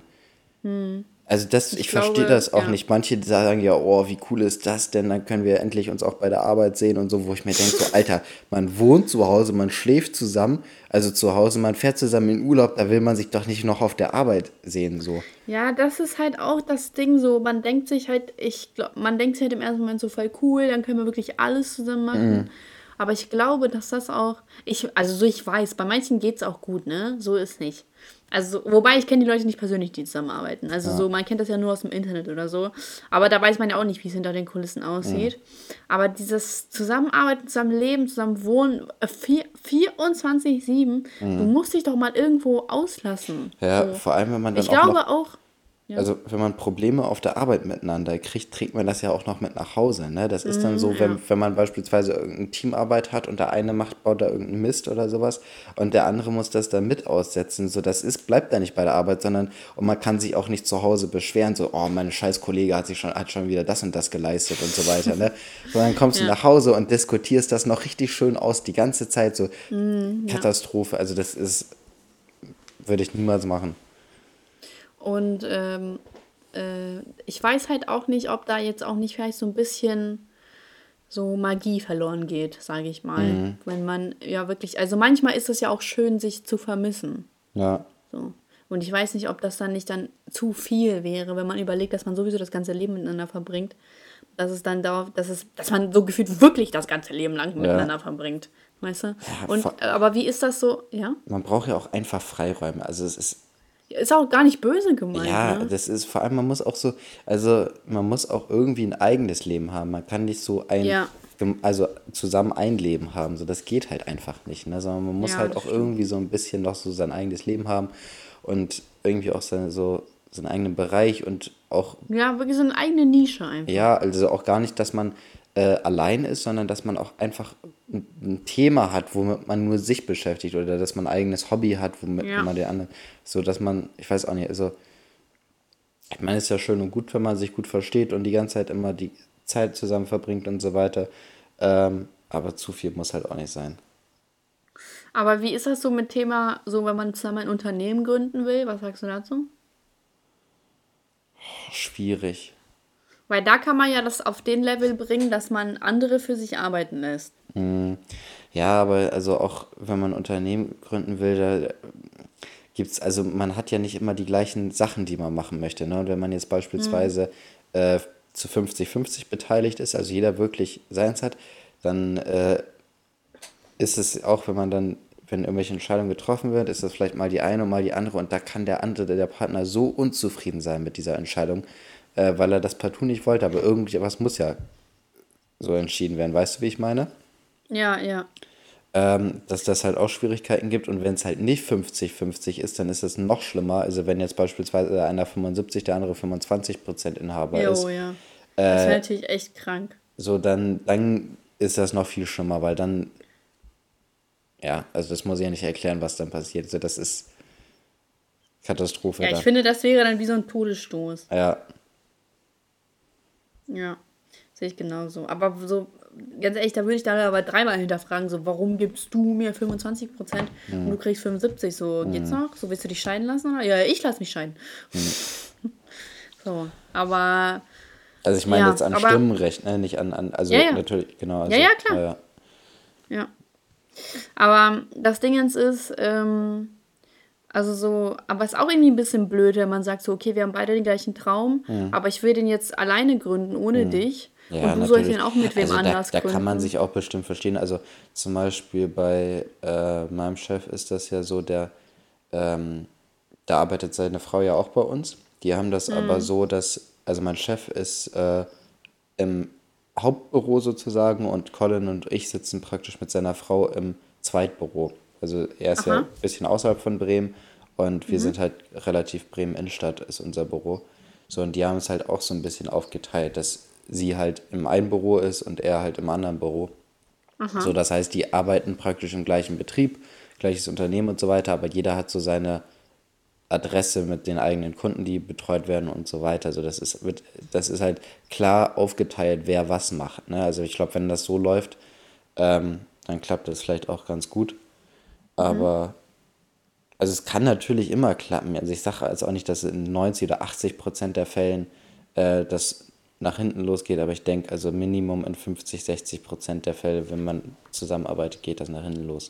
Speaker 2: Also das,
Speaker 1: Ich
Speaker 2: ich verstehe
Speaker 1: glaube,
Speaker 2: das auch
Speaker 1: ja.
Speaker 2: nicht. Manche sagen ja, oh, wie cool ist das denn? Dann können wir endlich uns auch bei der Arbeit sehen und so, wo ich mir denke, so, Alter, man wohnt zu Hause, man schläft zusammen, also zu Hause, man fährt zusammen in Urlaub, da will man sich doch nicht noch auf der Arbeit sehen, so.
Speaker 1: Ja, das ist halt auch das Ding so, man denkt sich halt, ich glaub, man denkt sich halt im ersten Moment so voll cool, dann können wir wirklich alles zusammen machen. Aber ich glaube, dass das auch, ich, also so ich weiß, bei manchen geht's auch gut, ne? So ist nicht. Also, wobei ich kenne die Leute nicht persönlich, die zusammenarbeiten. Also so, man kennt das ja nur aus dem Internet oder so. Aber da weiß man ja auch nicht, wie es hinter den Kulissen aussieht. Aber dieses Zusammenarbeiten, zusammenleben, zusammen wohnen, äh, vier- vierundzwanzig sieben, du musst dich doch mal irgendwo auslassen.
Speaker 2: Ja,
Speaker 1: So.
Speaker 2: vor allem, wenn man dann
Speaker 1: Ich
Speaker 2: auch noch.
Speaker 1: glaube auch, ja.
Speaker 2: Also, wenn man Probleme auf der Arbeit miteinander kriegt, trägt man das ja auch noch mit nach Hause, ne? Das ist dann so, wenn,
Speaker 1: ja.
Speaker 2: wenn man beispielsweise irgendeine Teamarbeit hat und der eine macht, baut da irgendeinen Mist oder sowas und der andere muss das dann mit aussetzen. So, das ist, bleibt da nicht bei der Arbeit, sondern und man kann sich auch nicht zu Hause beschweren, so, oh, mein scheiß Kollege hat sich schon, hat schon wieder das und das geleistet und so weiter, ne? Sondern kommst du
Speaker 1: Ja.
Speaker 2: nach Hause und diskutierst das noch richtig schön aus, die ganze Zeit, so
Speaker 1: ja.
Speaker 2: Katastrophe. Also, das ist, würde ich niemals machen.
Speaker 1: Und ähm, äh, ich weiß halt auch nicht, ob da jetzt auch nicht vielleicht so ein bisschen so Magie verloren geht, sage ich mal. Wenn man ja wirklich, also manchmal ist es ja auch schön, sich zu vermissen.
Speaker 2: Ja.
Speaker 1: So. Und ich weiß nicht, ob das dann nicht dann zu viel wäre, wenn man überlegt, dass man sowieso das ganze Leben miteinander verbringt. Dass es dann darauf, dass es, dass man so gefühlt wirklich das ganze Leben lang miteinander verbringt. Weißt du? Und
Speaker 2: vor-
Speaker 1: äh, aber wie ist das so? Ja?
Speaker 2: Man braucht ja auch einfach Freiräume. Also, es ist.
Speaker 1: Ist auch gar nicht böse gemeint,
Speaker 2: Ja,
Speaker 1: ne?
Speaker 2: das ist vor allem, man muss auch so, also man muss auch irgendwie ein eigenes Leben haben. Man kann nicht so ein,
Speaker 1: Ja.
Speaker 2: gem- also zusammen ein Leben haben. So, das geht halt einfach nicht, ne? Sondern man muss
Speaker 1: Ja,
Speaker 2: halt
Speaker 1: das
Speaker 2: auch
Speaker 1: stimmt.
Speaker 2: irgendwie so ein bisschen noch so sein eigenes Leben haben und irgendwie auch seine, so seinen eigenen Bereich und auch,
Speaker 1: Ja, wirklich so eine eigene Nische einfach.
Speaker 2: ja, also auch gar nicht, dass man äh, allein ist, sondern dass man auch einfach ein, ein Thema hat, womit man nur sich beschäftigt oder dass man ein eigenes Hobby hat, womit
Speaker 1: Ja.
Speaker 2: man den anderen, so dass man, ich weiß auch nicht, also ich meine, es ist ja schön und gut, wenn man sich gut versteht und die ganze Zeit immer die Zeit zusammen verbringt und so weiter. Ähm, aber zu viel muss halt auch nicht sein.
Speaker 1: Aber wie ist das so mit Thema, so wenn man zusammen ein Unternehmen gründen will? Was sagst du dazu?
Speaker 2: Schwierig.
Speaker 1: Weil da kann man ja das auf den Level bringen, dass man andere für sich arbeiten lässt.
Speaker 2: Ja, aber also auch wenn man ein Unternehmen gründen will, da gibt's, also man hat ja nicht immer die gleichen Sachen, die man machen möchte. Ne? Und wenn man jetzt beispielsweise äh, zu fünfzig fünfzig beteiligt ist, also jeder wirklich seins hat, dann äh, ist es auch, wenn man dann, wenn irgendwelche Entscheidungen getroffen wird, ist das vielleicht mal die eine und mal die andere und da kann der andere, der Partner so unzufrieden sein mit dieser Entscheidung, äh, weil er das partout nicht wollte, aber irgendwas muss ja so entschieden werden. Weißt du, wie ich meine?
Speaker 1: Ja, ja.
Speaker 2: ähm, dass das halt auch Schwierigkeiten gibt. Und wenn es halt nicht fünfzig fünfzig ist, dann ist es noch schlimmer. Also wenn jetzt beispielsweise einer fünfundsiebzig, der andere fünfundzwanzig Prozent Inhaber ist,
Speaker 1: Jo, ja. Das wäre natürlich echt krank.
Speaker 2: so dann, dann ist das noch viel schlimmer, weil dann, ja, also das muss ich ja nicht erklären, was dann passiert. Also das ist Katastrophe
Speaker 1: Ja, ich
Speaker 2: da.
Speaker 1: finde, das wäre dann wie so ein Todesstoß.
Speaker 2: Ja,
Speaker 1: Ja, sehe ich genauso. Aber so, ganz ehrlich, da würde ich da aber dreimal hinterfragen, so, warum gibst du mir fünfundzwanzig Prozent und du kriegst fünfundsiebzig? So, geht's noch? So, willst du dich scheiden lassen? Oder? Ja, ich lasse mich scheiden. So, aber,
Speaker 2: also ich meine
Speaker 1: ja,
Speaker 2: jetzt an
Speaker 1: aber,
Speaker 2: Stimmrecht, ne? Nicht an, an also
Speaker 1: ja, ja,
Speaker 2: natürlich, genau. Also,
Speaker 1: ja, ja, klar.
Speaker 2: ja, ja.
Speaker 1: Ja. Aber das Ding jetzt ist, ähm, also so, aber es ist auch irgendwie ein bisschen blöd, wenn man sagt so, okay, wir haben beide den gleichen Traum, aber ich will den jetzt alleine gründen, ohne dich.
Speaker 2: Ja,
Speaker 1: Und du sollst
Speaker 2: natürlich.
Speaker 1: ihn auch mit wem
Speaker 2: Also da,
Speaker 1: anders
Speaker 2: da
Speaker 1: gründen.
Speaker 2: kann man sich auch bestimmt verstehen. Also zum Beispiel bei äh, meinem Chef ist das ja so, der, ähm, da arbeitet seine Frau ja auch bei uns. Die haben das aber so, dass, also mein Chef ist äh, im Hauptbüro sozusagen und Colin und ich sitzen praktisch mit seiner Frau im Zweitbüro. Also er ist ja
Speaker 1: Aha.
Speaker 2: ein bisschen außerhalb von Bremen und wir sind halt relativ Bremen-Innenstadt ist unser Büro. So, und die haben es halt auch so ein bisschen aufgeteilt, dass sie halt im einen Büro ist und er halt im anderen Büro. So, das heißt, die arbeiten praktisch im gleichen Betrieb, gleiches Unternehmen und so weiter, aber jeder hat so seine Adresse mit den eigenen Kunden, die betreut werden und so weiter. Also das ist, wird, das ist halt klar aufgeteilt, wer was macht. Ne? Also ich glaube, wenn das so läuft, ähm, dann klappt das vielleicht auch ganz gut. Aber also es kann natürlich immer klappen. Also ich sage jetzt auch nicht, dass in neunzig oder achtzig Prozent der Fällen äh, das nach hinten losgeht, aber ich denke, also Minimum in fünfzig, sechzig Prozent der Fälle, wenn man zusammenarbeitet, geht das nach hinten los.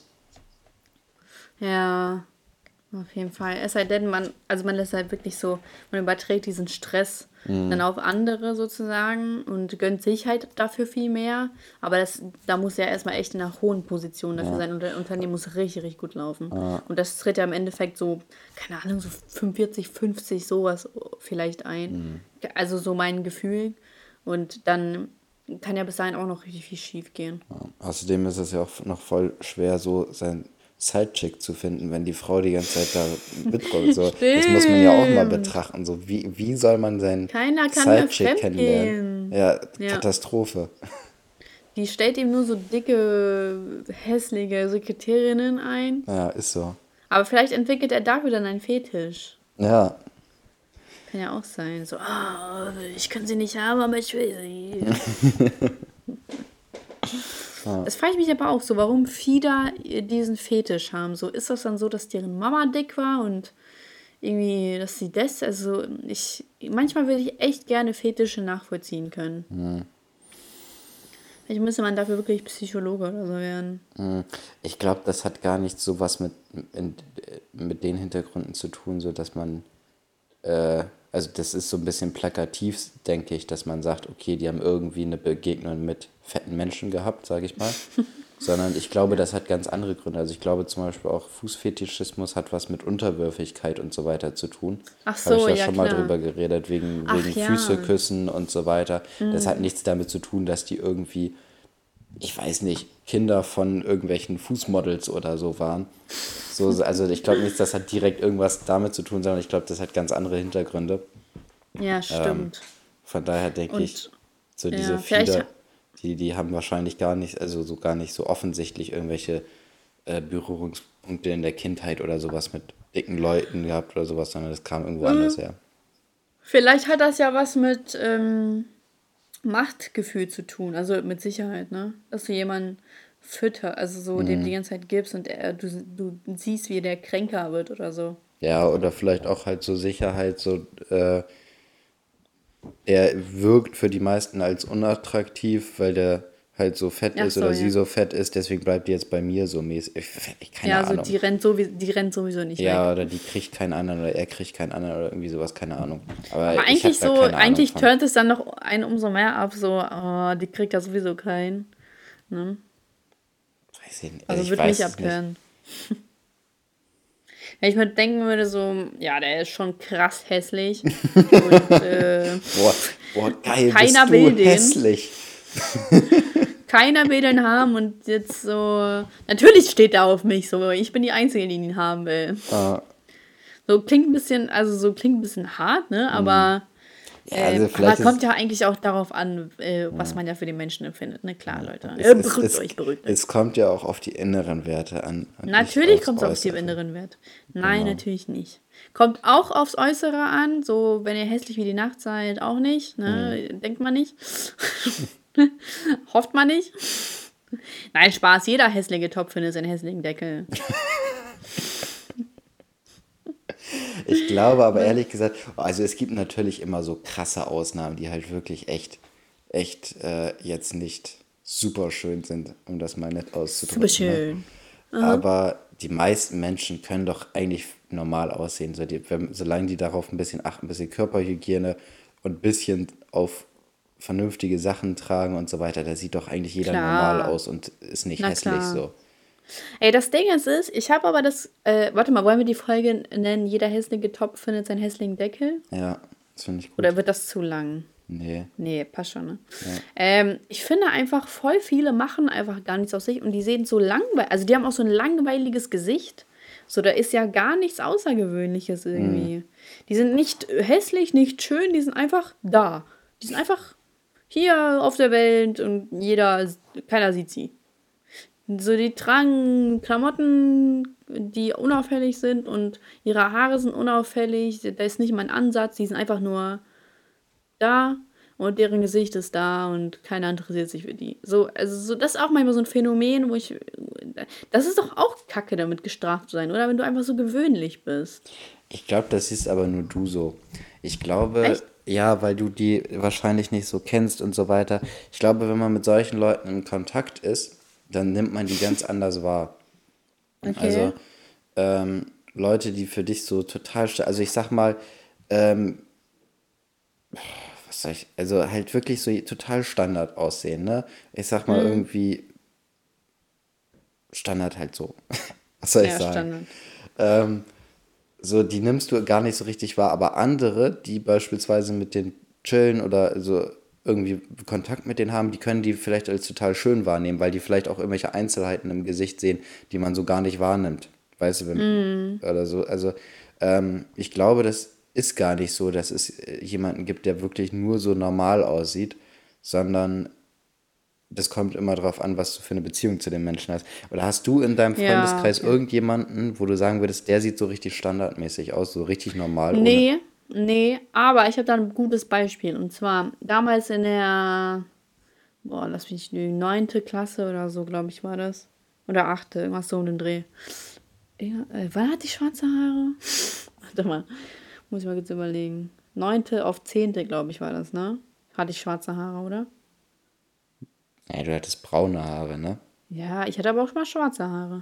Speaker 1: Ja, auf jeden Fall. Es sei denn, man, also man ist halt wirklich so, man überträgt diesen Stress dann auf andere sozusagen und gönnt sich halt dafür viel mehr. Aber das, da muss ja erstmal echt in einer hohen Position dafür sein und das Unternehmen muss richtig, richtig gut laufen. Und das tritt ja im Endeffekt so, keine Ahnung, so fünfundvierzig, fünfzig sowas vielleicht ein. Also so mein Gefühl. Und dann kann ja bis dahin auch noch richtig viel schief gehen.
Speaker 2: Ja. Außerdem ist es ja auch noch voll schwer, so sein Sidechick zu finden, wenn die Frau die ganze Zeit da mitkommt. So, das muss man ja auch mal betrachten. So, wie, wie soll man seinen
Speaker 1: Keiner kann mehr
Speaker 2: Sidechick
Speaker 1: fremdgehen.
Speaker 2: kennenlernen? Ja,
Speaker 1: Ja.
Speaker 2: Katastrophe.
Speaker 1: Die stellt ihm nur so dicke, hässliche Sekretärinnen ein.
Speaker 2: Ja, ist so.
Speaker 1: Aber vielleicht entwickelt er dafür dann einen Fetisch.
Speaker 2: Ja,
Speaker 1: Kann ja auch sein. So, ah, ich kann sie nicht haben, aber ich will sie. Das frage ich mich aber auch so, warum Fieder diesen Fetisch haben. So, ist das dann so, dass deren Mama dick war und irgendwie, dass sie das, also ich, manchmal würde ich echt gerne Fetische nachvollziehen können.
Speaker 2: Mhm.
Speaker 1: Vielleicht müsste man dafür wirklich Psychologe oder so werden.
Speaker 2: ich glaube, das hat gar nicht so was mit, in, mit den Hintergründen zu tun, so dass man, äh, also das ist so ein bisschen plakativ, denke ich, dass man sagt, okay, die haben irgendwie eine Begegnung mit fetten Menschen gehabt, sage ich mal. Sondern ich glaube, das hat ganz andere Gründe. Also ich glaube zum Beispiel auch Fußfetischismus hat was mit Unterwürfigkeit und so weiter zu tun.
Speaker 1: Ach
Speaker 2: Habe ich
Speaker 1: so,
Speaker 2: ja,
Speaker 1: ja,
Speaker 2: schon mal
Speaker 1: klar.
Speaker 2: drüber geredet, wegen,
Speaker 1: Ach
Speaker 2: wegen
Speaker 1: ja.
Speaker 2: Füße küssen und so weiter. Das hat nichts damit zu tun, dass die irgendwie, ich weiß nicht, Kinder von irgendwelchen Fußmodels oder so waren. So, also ich glaube nicht, das hat direkt irgendwas damit zu tun, sondern ich glaube, das hat ganz andere Hintergründe.
Speaker 1: Ja, stimmt.
Speaker 2: Von daher denke
Speaker 1: Und,
Speaker 2: ich, so
Speaker 1: ja,
Speaker 2: diese
Speaker 1: vielleicht-
Speaker 2: Fieder, die, die haben wahrscheinlich gar nicht, also so gar nicht so offensichtlich irgendwelche äh, Berührungspunkte in der Kindheit oder sowas mit dicken Leuten gehabt oder sowas, sondern das kam irgendwo anders her.
Speaker 1: Vielleicht hat das ja was mit ähm, Machtgefühl zu tun, also mit Sicherheit, ne? Dass du jemanden fütter, also so dem die ganze Zeit gibst und er, du, du siehst, wie der kränker wird oder so.
Speaker 2: Ja, oder vielleicht auch halt so Sicherheit, so äh, er wirkt für die meisten als unattraktiv, weil der halt so fett
Speaker 1: Ach
Speaker 2: ist
Speaker 1: so,
Speaker 2: oder
Speaker 1: ja.
Speaker 2: sie so fett ist, deswegen bleibt die jetzt bei mir so mäßig. Ich, ich, keine
Speaker 1: Ja, also
Speaker 2: Ahnung.
Speaker 1: die rennt, sowieso, die rennt sowieso nicht
Speaker 2: Ja,
Speaker 1: weg.
Speaker 2: oder die kriegt keinen anderen oder er kriegt keinen anderen oder irgendwie sowas, keine Ahnung. Aber,
Speaker 1: Aber
Speaker 2: ich hab
Speaker 1: eigentlich
Speaker 2: da
Speaker 1: so,
Speaker 2: keine Ahnung
Speaker 1: eigentlich
Speaker 2: von.
Speaker 1: turnt es dann noch einen umso mehr ab, so, oh, die kriegt ja sowieso keinen. Ne?
Speaker 2: Weiß ich nicht.
Speaker 1: Also
Speaker 2: ich
Speaker 1: würde
Speaker 2: weiß
Speaker 1: mich
Speaker 2: es nicht.
Speaker 1: abtören. Wenn ich mir denken würde, so, ja, der ist schon krass hässlich. Und äh,
Speaker 2: Boah, boah, geil,
Speaker 1: Keiner
Speaker 2: bist
Speaker 1: will
Speaker 2: du
Speaker 1: den.
Speaker 2: hässlich.
Speaker 1: keiner will den haben und jetzt so, natürlich steht er auf mich, so, ich bin die Einzige, die ihn haben will.
Speaker 2: Ah.
Speaker 1: So klingt ein bisschen, also so klingt ein bisschen hart, ne, aber...
Speaker 2: Ja, also
Speaker 1: äh,
Speaker 2: vielleicht
Speaker 1: aber kommt
Speaker 2: ist,
Speaker 1: ja eigentlich auch darauf an, äh, was man ja für den Menschen empfindet, ne, klar, Leute.
Speaker 2: es,
Speaker 1: Äh,
Speaker 2: es,
Speaker 1: beruhigt
Speaker 2: es,
Speaker 1: euch, beruhigt euch.
Speaker 2: es kommt ja auch auf die inneren Werte an. Und nicht
Speaker 1: Natürlich
Speaker 2: aufs
Speaker 1: kommt es auf die
Speaker 2: Äußere.
Speaker 1: inneren Werte. Nein,
Speaker 2: Genau.
Speaker 1: natürlich nicht. Kommt auch aufs Äußere an, so wenn ihr hässlich wie die Nacht seid, auch nicht, ne? Denkt man nicht. Hofft man nicht. Nein, Spaß, jeder hässliche Topf findet seinen hässlichen Deckel.
Speaker 2: Ich glaube aber ehrlich gesagt, also es gibt natürlich immer so krasse Ausnahmen, die halt wirklich echt, echt äh, jetzt nicht super schön sind, um das mal nett auszudrücken.
Speaker 1: Super schön.
Speaker 2: Ne? Aber die meisten Menschen können doch eigentlich normal aussehen, so die, wenn, solange die darauf ein bisschen achten, ein bisschen Körperhygiene und ein bisschen auf vernünftige Sachen tragen und so weiter, da sieht doch eigentlich jeder
Speaker 1: Klar.
Speaker 2: normal aus und ist nicht
Speaker 1: Na
Speaker 2: hässlich
Speaker 1: klar.
Speaker 2: so.
Speaker 1: Ey, das Ding ist, ist ich habe aber das, äh, warte mal, wollen wir die Folge nennen, jeder hässliche Topf findet seinen hässlichen Deckel?
Speaker 2: Ja, das finde ich gut.
Speaker 1: Oder wird das zu lang?
Speaker 2: Nee.
Speaker 1: Nee, passt schon, ne? Ähm, ich finde einfach, voll viele machen einfach gar nichts aus sich und die sehen so langweilig, also die haben auch so ein langweiliges Gesicht. So, da ist ja gar nichts Außergewöhnliches irgendwie. Die sind nicht hässlich, nicht schön, die sind einfach da. Die sind einfach hier auf der Welt und jeder, keiner sieht sie. So, die tragen Klamotten, die unauffällig sind und ihre Haare sind unauffällig. Da ist nicht mal ein Ansatz, die sind einfach nur da und deren Gesicht ist da und keiner interessiert sich für die. So, also so, das ist auch manchmal so ein Phänomen, wo ich, das ist doch auch Kacke, damit gestraft zu sein, oder? Wenn du einfach so gewöhnlich bist.
Speaker 2: Ich glaube, das ist aber nur du so. Ich glaube,
Speaker 1: Echt?
Speaker 2: ja, weil du die wahrscheinlich nicht so kennst und so weiter. Ich glaube, wenn man mit solchen Leuten in Kontakt ist, dann nimmt man die ganz anders wahr.
Speaker 1: Okay.
Speaker 2: Also ähm, Leute, die für dich so total, sta- also ich sag mal, ähm, was soll ich, also halt wirklich so total Standard aussehen, ne? Ich sag mal irgendwie Standard halt so. Was soll ich
Speaker 1: Ja,
Speaker 2: sagen?
Speaker 1: Standard.
Speaker 2: Ähm, so, die nimmst du gar nicht so richtig wahr, aber andere, die beispielsweise mit denen chillen oder so irgendwie Kontakt mit denen haben, die können die vielleicht als total schön wahrnehmen, weil die vielleicht auch irgendwelche Einzelheiten im Gesicht sehen, die man so gar nicht wahrnimmt. Weißt du, wenn, oder so. Also, ähm, ich glaube, das ist gar nicht so, dass es äh, jemanden gibt, der wirklich nur so normal aussieht, sondern das kommt immer darauf an, was du für eine Beziehung zu dem Menschen hast. Oder hast du in deinem
Speaker 1: Ja,
Speaker 2: Freundeskreis
Speaker 1: okay.
Speaker 2: irgendjemanden, wo du sagen würdest, der sieht so richtig standardmäßig aus, so richtig normal, ohne.
Speaker 1: Nee, nee, aber ich habe da ein gutes Beispiel. Und zwar damals in der, boah, lass mich lügen, neunte Klasse oder so, glaube ich, war das. Oder achte, irgendwas so um den Dreh. Ja, äh, wann hat die schwarze Haare? Warte mal, muss ich mal kurz überlegen. Neunte auf zehnte, glaube ich, war das, ne? Hatte ich schwarze Haare, oder?
Speaker 2: Ja, du hattest braune Haare, ne?
Speaker 1: Ja, ich hatte aber auch schon mal schwarze Haare.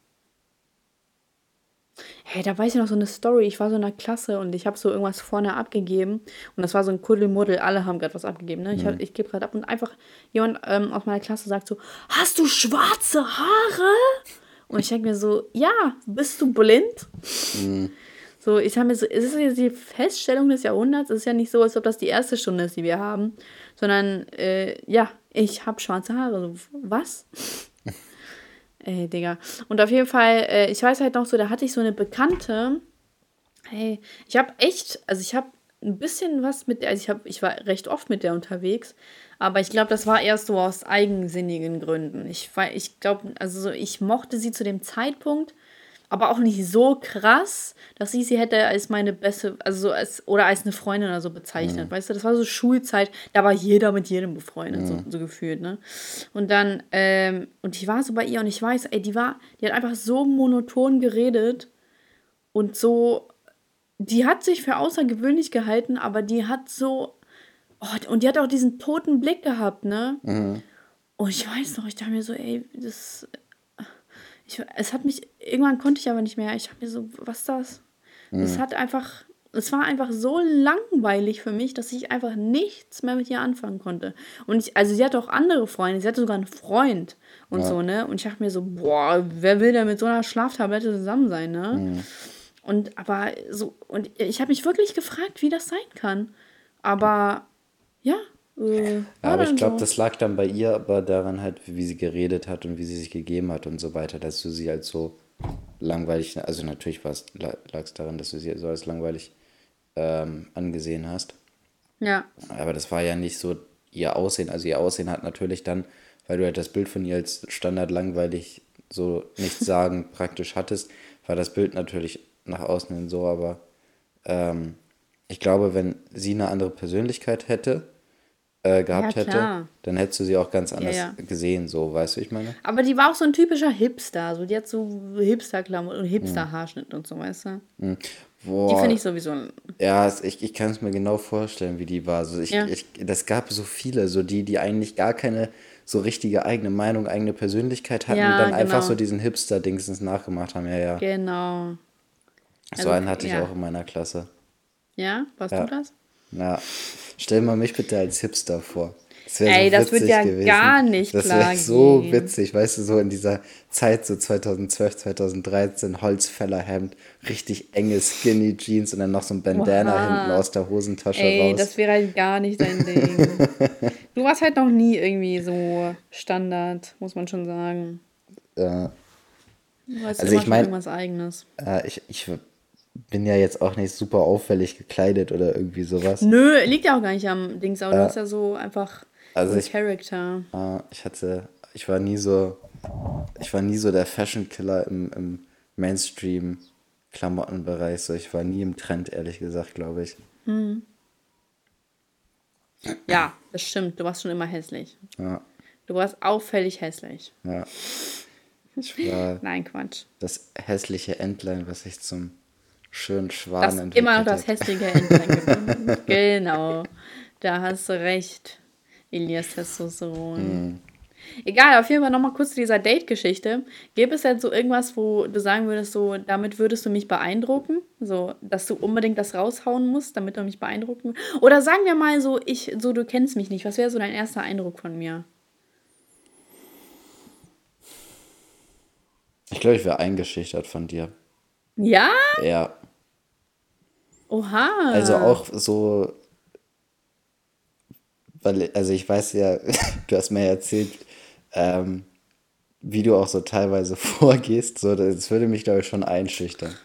Speaker 1: Hey, da weiß ich noch so eine Story. Ich war so in der Klasse und ich habe so irgendwas vorne abgegeben. Und das war so ein Kuddelmuddel. Alle haben gerade was abgegeben. Ne? Ich, hab- ich gebe gerade ab und einfach jemand ähm, aus meiner Klasse sagt so: Hast du schwarze Haare? Und ich denke mir so: Ja, bist du blind? So, ich habe mir so, es ist jetzt die Feststellung des Jahrhunderts. Es ist ja nicht so, als ob das die erste Stunde ist, die wir haben. Sondern, äh, ja, ich habe schwarze Haare. So, was? Ey, Digga. Und auf jeden Fall, äh, ich weiß halt noch so, da hatte ich so eine Bekannte. Hey, ich habe echt, also ich habe ein bisschen was mit der, also ich habe, ich war recht oft mit der unterwegs, aber ich glaube, das war erst so aus eigensinnigen Gründen. Ich war, ich glaube, also so, ich mochte sie zu dem Zeitpunkt, aber auch nicht so krass, dass ich sie hätte als meine beste, also so als, oder als eine Freundin oder so bezeichnet, weißt du, das war so Schulzeit, da war jeder mit jedem befreundet, so, so gefühlt, ne, und dann, ähm, und ich war so bei ihr und ich weiß, ey, die war, die hat einfach so monoton geredet und so, die hat sich für außergewöhnlich gehalten, aber die hat so, oh, und die hat auch diesen toten Blick gehabt, ne, und ich weiß noch, ich dachte mir so, ey, das, ich, es hat mich, irgendwann konnte ich aber nicht mehr. Ich habe mir so, was ist das? Es hat einfach, es war einfach so langweilig für mich, dass ich einfach nichts mehr mit ihr anfangen konnte. Und ich, also sie hatte auch andere Freunde, sie hatte sogar einen Freund und
Speaker 2: Ja.
Speaker 1: so, ne? Und ich dachte mir so, boah, wer will denn mit so einer Schlaftablette zusammen sein, ne? Und aber so, und ich habe mich wirklich gefragt, wie das sein kann. Aber ja, Äh,
Speaker 2: Ja,
Speaker 1: war
Speaker 2: aber ich
Speaker 1: dann
Speaker 2: glaube,
Speaker 1: so.
Speaker 2: das lag dann bei ihr aber daran halt, wie sie geredet hat und wie sie sich gegeben hat und so weiter, dass du sie als so langweilig, also natürlich lag es daran, dass du sie so als langweilig ähm, angesehen hast.
Speaker 1: Ja.
Speaker 2: Aber das war ja nicht so ihr Aussehen. Also ihr Aussehen hat natürlich dann, weil du halt das Bild von ihr als Standard langweilig so nichts sagen praktisch hattest, war das Bild natürlich nach außen hin so, aber ähm, ich glaube, wenn sie eine andere Persönlichkeit hätte, äh,
Speaker 1: Ja,
Speaker 2: gehabt hätte,
Speaker 1: klar.
Speaker 2: dann hättest du sie auch ganz
Speaker 1: Ja,
Speaker 2: anders
Speaker 1: ja.
Speaker 2: gesehen, so, weißt du, ich meine?
Speaker 1: Aber die war auch so ein typischer Hipster. So, die hat so Hipster-Klamotten und Hipster-Haarschnitt und so, weißt du? Die finde
Speaker 2: Boah,
Speaker 1: ich sowieso.
Speaker 2: ja, es, ich, ich kann es mir genau vorstellen, wie die war. Also ich,
Speaker 1: Ja,
Speaker 2: ich, das gab so viele, so die, die eigentlich gar keine so richtige eigene Meinung, eigene Persönlichkeit hatten und
Speaker 1: ja,
Speaker 2: dann einfach so
Speaker 1: genau.
Speaker 2: diesen Hipster-Dingsens nachgemacht haben. Ja, ja.
Speaker 1: Genau.
Speaker 2: So
Speaker 1: Also,
Speaker 2: einen hatte ich
Speaker 1: ja.
Speaker 2: auch in meiner Klasse.
Speaker 1: Ja, warst du
Speaker 2: Ja.
Speaker 1: das?
Speaker 2: Na, stell mal mich bitte als Hipster vor. Das wäre
Speaker 1: Ey,
Speaker 2: so
Speaker 1: das wird
Speaker 2: witzig
Speaker 1: ja
Speaker 2: gewesen.
Speaker 1: gar nicht
Speaker 2: Das wäre
Speaker 1: klar
Speaker 2: so
Speaker 1: gehen.
Speaker 2: witzig, weißt du, so in dieser Zeit, so zweitausendzwölf, zweitausenddreizehn, Holzfällerhemd, richtig enge Skinny Jeans und dann noch so ein Bandana hinten
Speaker 1: Oha.
Speaker 2: aus der Hosentasche
Speaker 1: Ey,
Speaker 2: raus.
Speaker 1: das wäre halt gar nicht dein Ding. Du warst halt noch nie irgendwie so Standard, muss man schon sagen.
Speaker 2: Äh,
Speaker 1: Du warst
Speaker 2: also
Speaker 1: immer
Speaker 2: ich
Speaker 1: schon
Speaker 2: meine,
Speaker 1: irgendwas Eigenes.
Speaker 2: äh, ich, ich bin ja jetzt auch nicht super auffällig gekleidet oder irgendwie sowas.
Speaker 1: Nö, liegt ja auch gar nicht am Dings, aber du hast ja so einfach so
Speaker 2: Also
Speaker 1: ein
Speaker 2: ich,
Speaker 1: Charakter.
Speaker 2: äh, ich hatte, ich war nie so, ich war nie so der Fashion-Killer im, im Mainstream-Klamottenbereich. So, ich war nie im Trend, ehrlich gesagt, glaube ich.
Speaker 1: Ja, das stimmt. Du warst schon immer hässlich.
Speaker 2: Ja,
Speaker 1: Du warst auffällig hässlich.
Speaker 2: ja. Ich war
Speaker 1: Nein, Quatsch.
Speaker 2: das hässliche Entlein, was sich zum schönen Schwan
Speaker 1: Das immer noch
Speaker 2: entwickelt
Speaker 1: das
Speaker 2: hat.
Speaker 1: hässliche Entlein gefunden. Genau. Da hast du recht, Elias Testosteron. Egal, auf jeden Fall nochmal kurz zu dieser Date-Geschichte. Gäbe es denn so irgendwas, wo du sagen würdest, so, damit würdest du mich beeindrucken? So, dass du unbedingt das raushauen musst, damit du mich beeindrucken. Oder sagen wir mal so, ich, so, du kennst mich nicht. Was wäre so dein erster Eindruck von mir?
Speaker 2: Ich glaube, ich wäre eingeschüchtert von dir.
Speaker 1: Ja?
Speaker 2: Ja,
Speaker 1: Oha.
Speaker 2: also auch so, weil, also ich weiß ja, du hast mir ja erzählt, ähm, wie du auch so teilweise vorgehst, so, das würde mich, glaube ich, schon einschüchtern.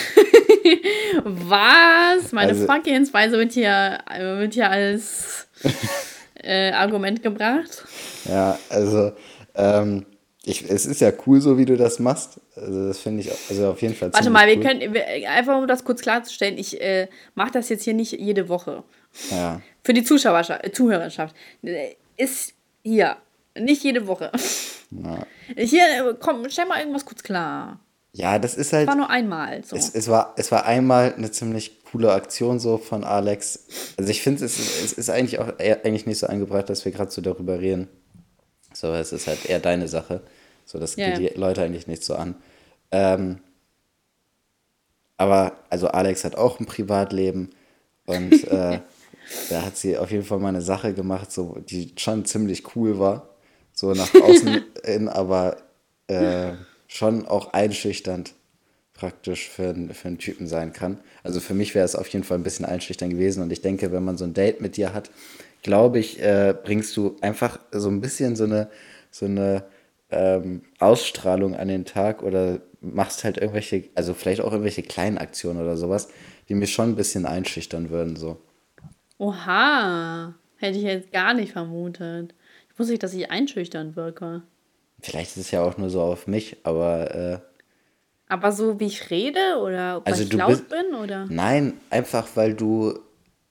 Speaker 1: Was? Meine
Speaker 2: Also,
Speaker 1: Vorgehensweise wird hier, wird hier als äh, Argument gebracht.
Speaker 2: ja, also, ähm, ich, es ist ja cool, so wie du das machst. Also, das finde ich also auf jeden Fall
Speaker 1: Warte
Speaker 2: ziemlich
Speaker 1: mal, wir
Speaker 2: cool.
Speaker 1: können, wir- einfach um das kurz klarzustellen, ich äh, mache das jetzt hier nicht jede Woche.
Speaker 2: Ja,
Speaker 1: Für die Zuschauerschaft, äh, Zuhörerschaft. Äh, Ist hier. Nicht jede Woche. Hier, äh, komm, stell mal irgendwas kurz klar.
Speaker 2: ja, das ist
Speaker 1: War
Speaker 2: halt,
Speaker 1: nur einmal so.
Speaker 2: es, es war, es war einmal eine ziemlich coole Aktion so von Alex. Also ich finde, es ist, es ist eigentlich auch eher, eigentlich nicht so angebracht, dass wir gerade so darüber reden. So, es ist halt eher deine Sache. So, das
Speaker 1: Ja,
Speaker 2: geht
Speaker 1: ja.
Speaker 2: die Leute eigentlich nicht so an. Ähm, aber, also Alex hat auch ein Privatleben und äh, da hat sie auf jeden Fall mal eine Sache gemacht, so, die schon ziemlich cool war. So nach außen hin, aber äh, schon auch einschüchternd praktisch für, einen- für einen Typen sein kann. Also für mich wäre es auf jeden Fall ein bisschen einschüchternd gewesen und ich denke, wenn man so ein Date mit dir hat, glaube ich, äh, bringst du einfach so ein bisschen so eine, so eine ähm, Ausstrahlung an den Tag oder machst halt irgendwelche, also vielleicht auch irgendwelche kleinen Aktionen oder sowas, die mich schon ein bisschen einschüchtern würden, so.
Speaker 1: Oha. Hätte ich jetzt gar nicht vermutet. Ich wusste nicht, dass ich einschüchternd wirke.
Speaker 2: Vielleicht ist es ja auch nur so auf mich, aber äh,
Speaker 1: Aber so wie ich rede oder weil
Speaker 2: also
Speaker 1: ich
Speaker 2: du bist,
Speaker 1: laut bin oder?
Speaker 2: nein, einfach weil du,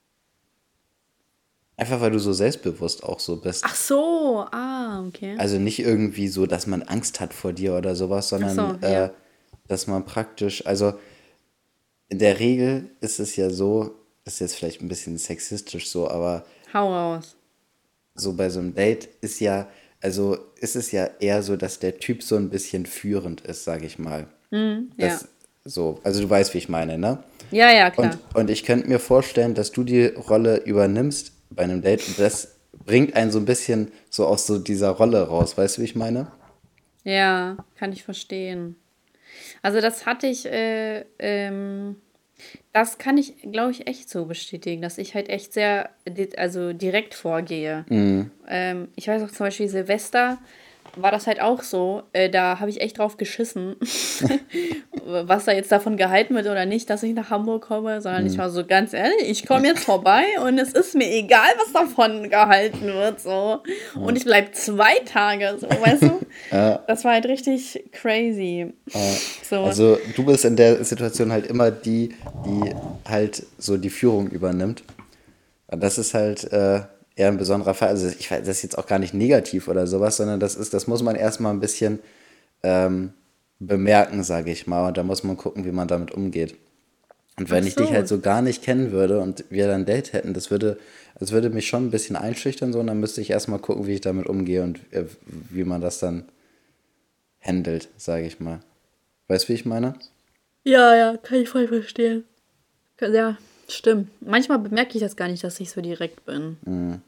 Speaker 2: einfach weil du so selbstbewusst auch so bist.
Speaker 1: Ach so, ah, okay.
Speaker 2: Also nicht irgendwie so, dass man Angst hat vor dir oder sowas,
Speaker 1: Ach so,
Speaker 2: sondern
Speaker 1: ja.
Speaker 2: äh, dass man praktisch, also in der Regel ist es ja so, ist jetzt vielleicht ein bisschen sexistisch so, aber
Speaker 1: Hau raus.
Speaker 2: so bei so einem Date ist ja, also ist es ja eher so, dass der Typ so ein bisschen führend ist, sage ich mal.
Speaker 1: Ja.
Speaker 2: Das, so, also du weißt, wie ich meine, ne?
Speaker 1: Ja, ja,
Speaker 2: Und,
Speaker 1: klar.
Speaker 2: und ich könnte mir vorstellen, dass du die Rolle übernimmst bei einem Date und das bringt einen so ein bisschen so aus so dieser Rolle raus, weißt du, wie ich meine?
Speaker 1: Ja, kann ich verstehen. Also das hatte ich, äh, ähm, Das kann ich, glaube ich, echt so bestätigen, dass ich halt echt sehr, di- also direkt vorgehe.
Speaker 2: Mhm.
Speaker 1: Ähm, ich weiß auch zum Beispiel Silvester war das halt auch so. Äh, da habe ich echt drauf geschissen, was da jetzt davon gehalten wird oder nicht, dass ich nach Hamburg komme, sondern ich
Speaker 2: Mhm.
Speaker 1: war so ganz ehrlich, ich komme jetzt vorbei und es ist mir egal, was davon gehalten wird, so. Und
Speaker 2: Ja.
Speaker 1: ich bleib zwei Tage, so, weißt du?
Speaker 2: Ja,
Speaker 1: Das war halt richtig crazy.
Speaker 2: ja.
Speaker 1: So,
Speaker 2: Also du bist in der Situation halt immer die, die halt so die Führung übernimmt. Und das ist halt äh, eher ein besonderer Fall. Also ich weiß, das ist jetzt auch gar nicht negativ oder sowas, sondern das ist, das muss man erstmal ein bisschen ähm, bemerken, sage ich mal. Und da muss man gucken, wie man damit umgeht. Und
Speaker 1: ach
Speaker 2: wenn ich dich halt
Speaker 1: so.
Speaker 2: so gar nicht kennen würde und wir dann ein Date hätten, das würde, das würde mich schon ein bisschen einschüchtern, so, und dann müsste ich erstmal gucken, wie ich damit umgehe und äh, wie man das dann handelt, sage ich mal. Weißt du, wie ich meine?
Speaker 1: Ja, ja, kann ich voll verstehen. Ja, stimmt. Manchmal bemerke ich das gar nicht, dass ich so direkt bin.
Speaker 2: Mhm.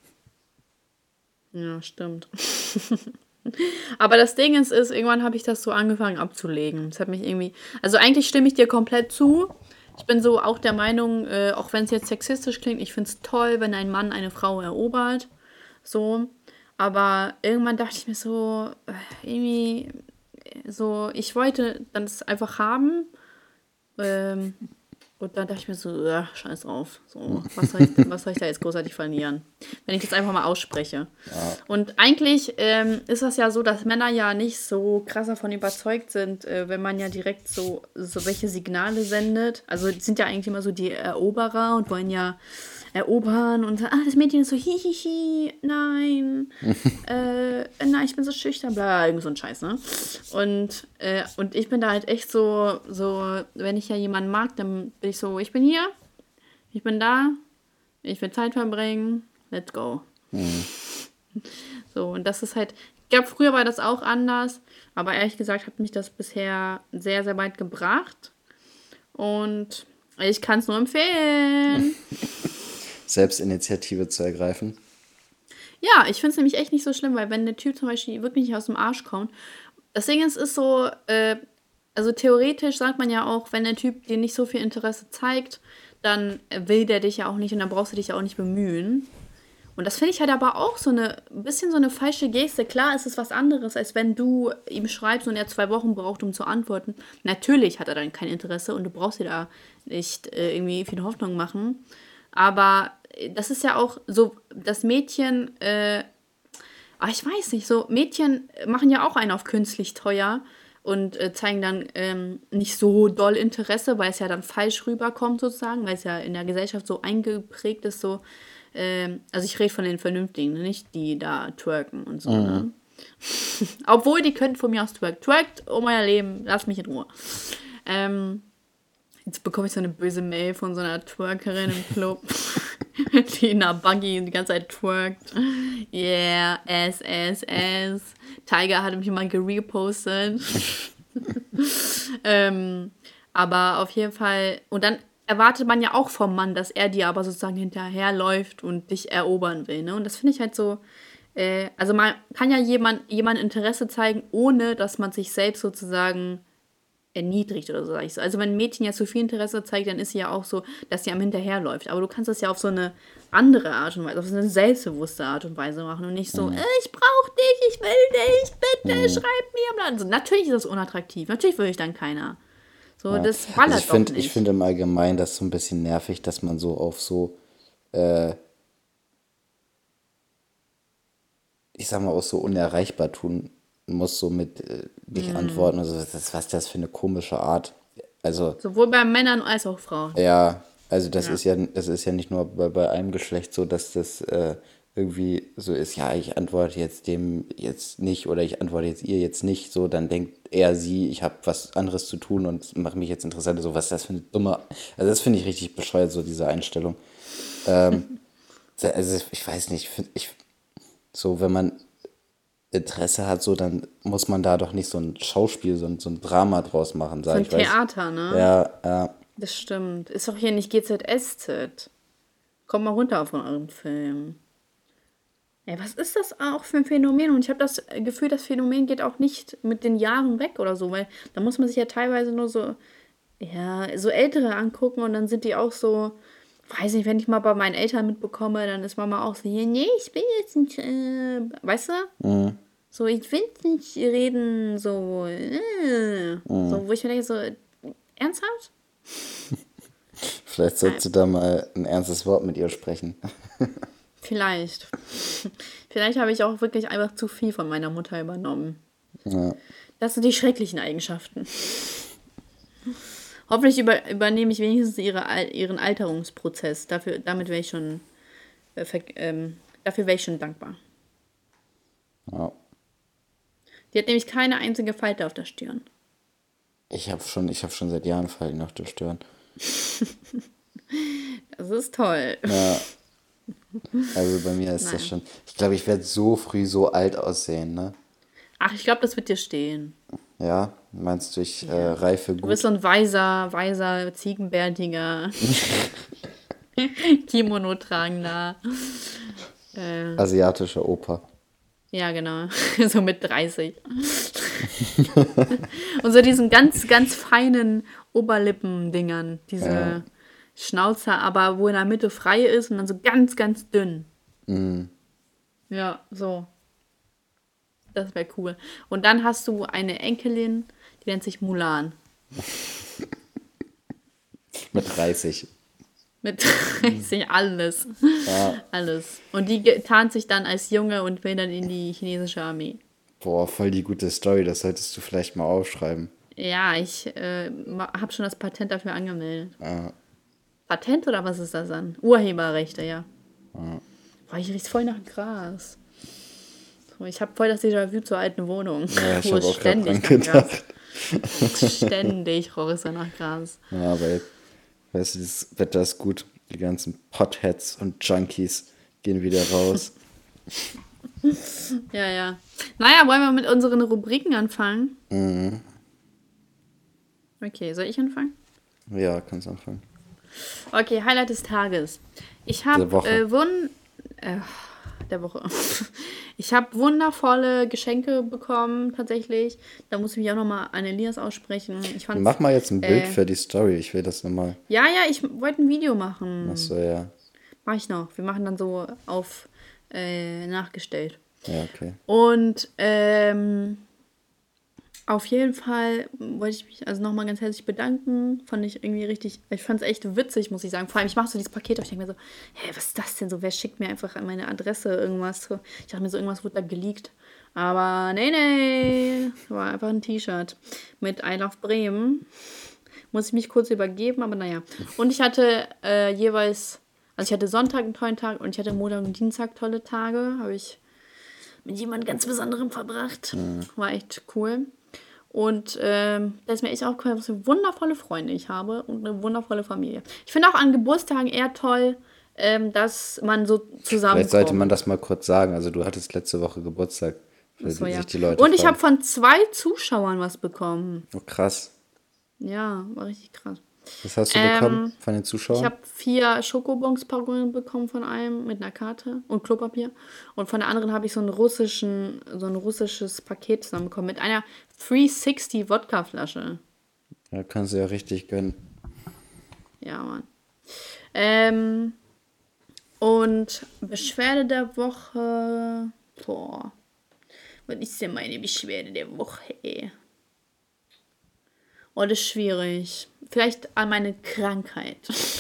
Speaker 1: Ja, stimmt. Aber das Ding ist, ist, irgendwann habe ich das so angefangen abzulegen. Das hat mich irgendwie. Also eigentlich stimme ich dir komplett zu. Ich bin so auch der Meinung, äh, auch wenn es jetzt sexistisch klingt, ich finde es toll, wenn ein Mann eine Frau erobert. So. Aber irgendwann dachte ich mir so, äh, irgendwie, so, ich wollte das einfach haben. Ähm, und dann dachte ich mir so, ja, scheiß drauf. So, was soll ich, was soll ich da jetzt großartig verlieren? Wenn ich das einfach mal ausspreche. Und eigentlich ähm, ist das ja so, dass Männer ja nicht so krass davon überzeugt sind, äh, wenn man ja direkt so, so welche Signale sendet. Also die sind ja eigentlich immer so die Eroberer und wollen ja erobern und sagen, ah, das Mädchen ist so hihihi, nein, äh, nein, ich bin so schüchtern, bla, irgend so ein Scheiß, ne? Und, äh, und ich bin da halt echt so, so, wenn ich ja jemanden mag, dann bin ich so, ich bin hier, ich bin da, ich will Zeit verbringen, let's go.
Speaker 2: Mhm.
Speaker 1: So, und das ist halt, ich glaube, früher war das auch anders, aber ehrlich gesagt hat mich das bisher sehr, sehr weit gebracht. Und ich kann es nur empfehlen.
Speaker 2: Selbstinitiative zu ergreifen.
Speaker 1: Ja, ich finde es nämlich echt nicht so schlimm, weil wenn der Typ zum Beispiel wirklich nicht aus dem Arsch kommt, das Ding ist, ist so, äh, also theoretisch sagt man ja auch, wenn der Typ dir nicht so viel Interesse zeigt, dann will der dich ja auch nicht und dann brauchst du dich ja auch nicht bemühen. Und das finde ich halt aber auch so eine, ein bisschen so eine falsche Geste. Klar ist es was anderes, als wenn du ihm schreibst und er zwei Wochen braucht, um zu antworten. Natürlich hat er dann kein Interesse und du brauchst dir da nicht äh, irgendwie viel Hoffnung machen. Aber äh, das ist ja auch so, das Mädchen, äh, ah, ich weiß nicht, so Mädchen machen ja auch einen auf künstlich teuer und äh, zeigen dann ähm, nicht so doll Interesse, weil es ja dann falsch rüberkommt sozusagen, weil es ja in der Gesellschaft so eingeprägt ist, so, ähm, also ich rede von den Vernünftigen, ne, nicht die da twerken und so,
Speaker 2: Mhm.
Speaker 1: ne? Obwohl, die könnten von mir aus twerken. Twerkt um euer Leben, lasst mich in Ruhe. Ähm, Jetzt bekomme ich so eine böse Mail von so einer Twerkerin im Club, die in einer Buggy die ganze Zeit twerkt. Yeah, S, S, S. Tiger hat mich mal gerepostet. ähm, aber auf jeden Fall, und dann erwartet man ja auch vom Mann, dass er dir aber sozusagen hinterherläuft und dich erobern will. Ne? Und das finde ich halt so, äh, also man kann ja jemand, jemand Interesse zeigen, ohne dass man sich selbst sozusagen erniedrigt oder so, sag ich so. Also wenn ein Mädchen ja zu viel Interesse zeigt, dann ist sie ja auch so, dass sie am hinterherläuft. Aber du kannst das ja auf so eine andere Art und Weise, auf so eine selbstbewusste Art und Weise machen und nicht so, äh, ich brauch dich, ich will dich, bitte,
Speaker 2: Mhm.
Speaker 1: schreib mir. Bla. Also, natürlich ist das unattraktiv. Natürlich will ich dann keiner. So,
Speaker 2: Ja.
Speaker 1: das
Speaker 2: Also ich
Speaker 1: ballert doch
Speaker 2: finde, ich
Speaker 1: nicht.
Speaker 2: finde im Allgemeinen das so ein bisschen nervig, dass man so auf so, äh, ich sag mal, auch so unerreichbar tun muss, so mit äh, nicht antworten. Also das, was ist das für eine komische Art? Also,
Speaker 1: Sowohl bei Männern als auch Frauen.
Speaker 2: ja, also das
Speaker 1: Ja.
Speaker 2: ist ja, das ist ja nicht nur bei, bei einem Geschlecht so, dass das äh, irgendwie so ist, ja, ich antworte jetzt dem jetzt nicht oder ich antworte jetzt ihr jetzt nicht, so, dann denkt er, sie, ich habe was anderes zu tun und mache mich jetzt interessant, so, was ist das für eine dumme, also das finde ich richtig bescheuert, so diese Einstellung. Also ich weiß nicht, ich, find- ich so, wenn man Interesse hat, so, dann muss man da doch nicht so ein Schauspiel, so ein, so ein Drama draus machen,
Speaker 1: So
Speaker 2: sag
Speaker 1: ein
Speaker 2: ich, weiß.
Speaker 1: Theater, ne?
Speaker 2: Ja, ja,
Speaker 1: Das stimmt. Ist doch hier nicht G Z S Z. Kommt mal runter von eurem Film. Ey, was ist das auch für ein Phänomen? Und ich habe das Gefühl, das Phänomen geht auch nicht mit den Jahren weg oder so, weil da muss man sich ja teilweise nur so ja, so Ältere angucken und dann sind die auch so, weiß nicht, wenn ich mal bei meinen Eltern mitbekomme, dann ist Mama auch so, hier, nee, ich will jetzt nicht, äh, weißt du?
Speaker 2: Mhm.
Speaker 1: So, ich will nicht reden, so, äh,
Speaker 2: Mhm.
Speaker 1: so, wo ich mir denke, so, ernsthaft?
Speaker 2: Vielleicht sollst du da mal ein ernstes Wort mit ihr sprechen.
Speaker 1: Vielleicht. Vielleicht habe ich auch wirklich einfach zu viel von meiner Mutter übernommen.
Speaker 2: Ja.
Speaker 1: Das sind die schrecklichen Eigenschaften. Hoffentlich über, übernehme ich wenigstens ihre, Al- ihren Alterungsprozess. Dafür, damit wäre ich schon, äh, ver, ähm, dafür wäre ich schon dankbar.
Speaker 2: Ja.
Speaker 1: Die hat nämlich keine einzige Falte auf der Stirn.
Speaker 2: Ich habe schon, ich hab schon seit Jahren Falten auf der Stirn.
Speaker 1: Das ist toll.
Speaker 2: Ja. Also bei mir ist
Speaker 1: Nein.
Speaker 2: das schon. Ich glaube, ich werde so früh so alt aussehen, ne?
Speaker 1: Ach, ich glaube, das wird dir stehen.
Speaker 2: Ja, meinst du, ich äh, reife
Speaker 1: Du bist
Speaker 2: gut?
Speaker 1: so ein weiser, weiser, ziegenbärtiger, Kimono tragender. Äh,
Speaker 2: Asiatischer Opa.
Speaker 1: ja, genau. So mit dreißig. Und so diesen ganz, ganz feinen Oberlippendingern. Diese
Speaker 2: Ja.
Speaker 1: Schnauzer, aber wo in der Mitte frei ist und dann so ganz, ganz dünn.
Speaker 2: Mhm.
Speaker 1: Ja, so. Das wäre cool. Und dann hast du eine Enkelin, die nennt sich Mulan.
Speaker 2: Mit dreißig.
Speaker 1: Mit dreißig alles.
Speaker 2: Ja.
Speaker 1: Alles. Und die ge- tarnt sich dann als Junge und will dann in die chinesische Armee.
Speaker 2: Boah, voll die gute Story. Das solltest du vielleicht mal aufschreiben.
Speaker 1: Ja, ich äh, habe schon das Patent dafür angemeldet.
Speaker 2: Ja.
Speaker 1: Patent oder was ist das dann? Urheberrechte, ja. Boah, ich rieche voll nach Gras. So, ich habe voll das Déjà-vu zur alten Wohnung.
Speaker 2: Ja, ich
Speaker 1: wo
Speaker 2: habe
Speaker 1: es
Speaker 2: auch gerade dran
Speaker 1: nach Gras.
Speaker 2: gedacht.
Speaker 1: Ständig roch es da nach Gras.
Speaker 2: Ja, weil, weißt du, das Wetter ist gut. Die ganzen Potheads und Junkies gehen wieder raus.
Speaker 1: Ja, ja. Naja, wollen wir mit unseren Rubriken anfangen?
Speaker 2: Mhm.
Speaker 1: Okay, soll ich anfangen?
Speaker 2: Ja, kannst anfangen.
Speaker 1: Okay, Highlight des Tages. Ich
Speaker 2: Der
Speaker 1: habe
Speaker 2: Woche.
Speaker 1: äh, wun äh, der Woche. Ich habe wundervolle Geschenke bekommen, tatsächlich. Da muss ich mich auch nochmal an Elias aussprechen. Ich fand's,
Speaker 2: Mach mal jetzt ein Bild
Speaker 1: äh,
Speaker 2: für die Story. Ich will das nochmal.
Speaker 1: Ja, ja, ich wollte ein Video machen.
Speaker 2: Achso, ja.
Speaker 1: Mach ich noch. Wir machen dann so auf äh, nachgestellt.
Speaker 2: Ja, okay.
Speaker 1: Und ähm, auf jeden Fall wollte ich mich also nochmal ganz herzlich bedanken. Fand ich irgendwie richtig, ich fand es echt witzig, muss ich sagen. Vor allem, ich mache so dieses Paket auf, ich denke mir so, hä, was ist das denn so? Wer schickt mir einfach an meine Adresse irgendwas? Ich dachte mir so, irgendwas wurde da geleakt. Aber nee, nee, war einfach ein T-Shirt mit I Love Bremen. Muss ich mich kurz übergeben, aber naja. Und ich hatte äh, jeweils, also ich hatte Sonntag einen tollen Tag und ich hatte Montag und Dienstag tolle Tage. Habe ich mit jemandem ganz Besonderem verbracht. War echt cool. Und ähm, da ist mir echt aufgefallen, was für wundervolle Freunde ich habe und eine wundervolle Familie. Ich finde auch an Geburtstagen eher toll, ähm, dass man so zusammenkommt.
Speaker 2: Vielleicht sollte man das mal kurz sagen. Also du hattest letzte Woche Geburtstag. Für
Speaker 1: So,
Speaker 2: die,
Speaker 1: ja.
Speaker 2: sich die Leute
Speaker 1: Und ich
Speaker 2: fragen.
Speaker 1: habe von zwei Zuschauern was bekommen.
Speaker 2: Oh, krass.
Speaker 1: Ja, war richtig krass.
Speaker 2: Was hast du
Speaker 1: Ähm,
Speaker 2: bekommen von den Zuschauern?
Speaker 1: Ich habe vier Schokobons-Packungen bekommen von einem mit einer Karte und Klopapier. Und von der anderen habe ich so einen russischen, so ein russisches Paket zusammenbekommen mit einer dreihundertsechzig Wodka-Flasche.
Speaker 2: Ja, kannst du ja richtig gönnen.
Speaker 1: Ja, Mann. Ähm, und Beschwerde der Woche. Boah. Was ist denn meine Beschwerde der Woche, ey? Oh, das ist schwierig. Vielleicht an meine Krankheit.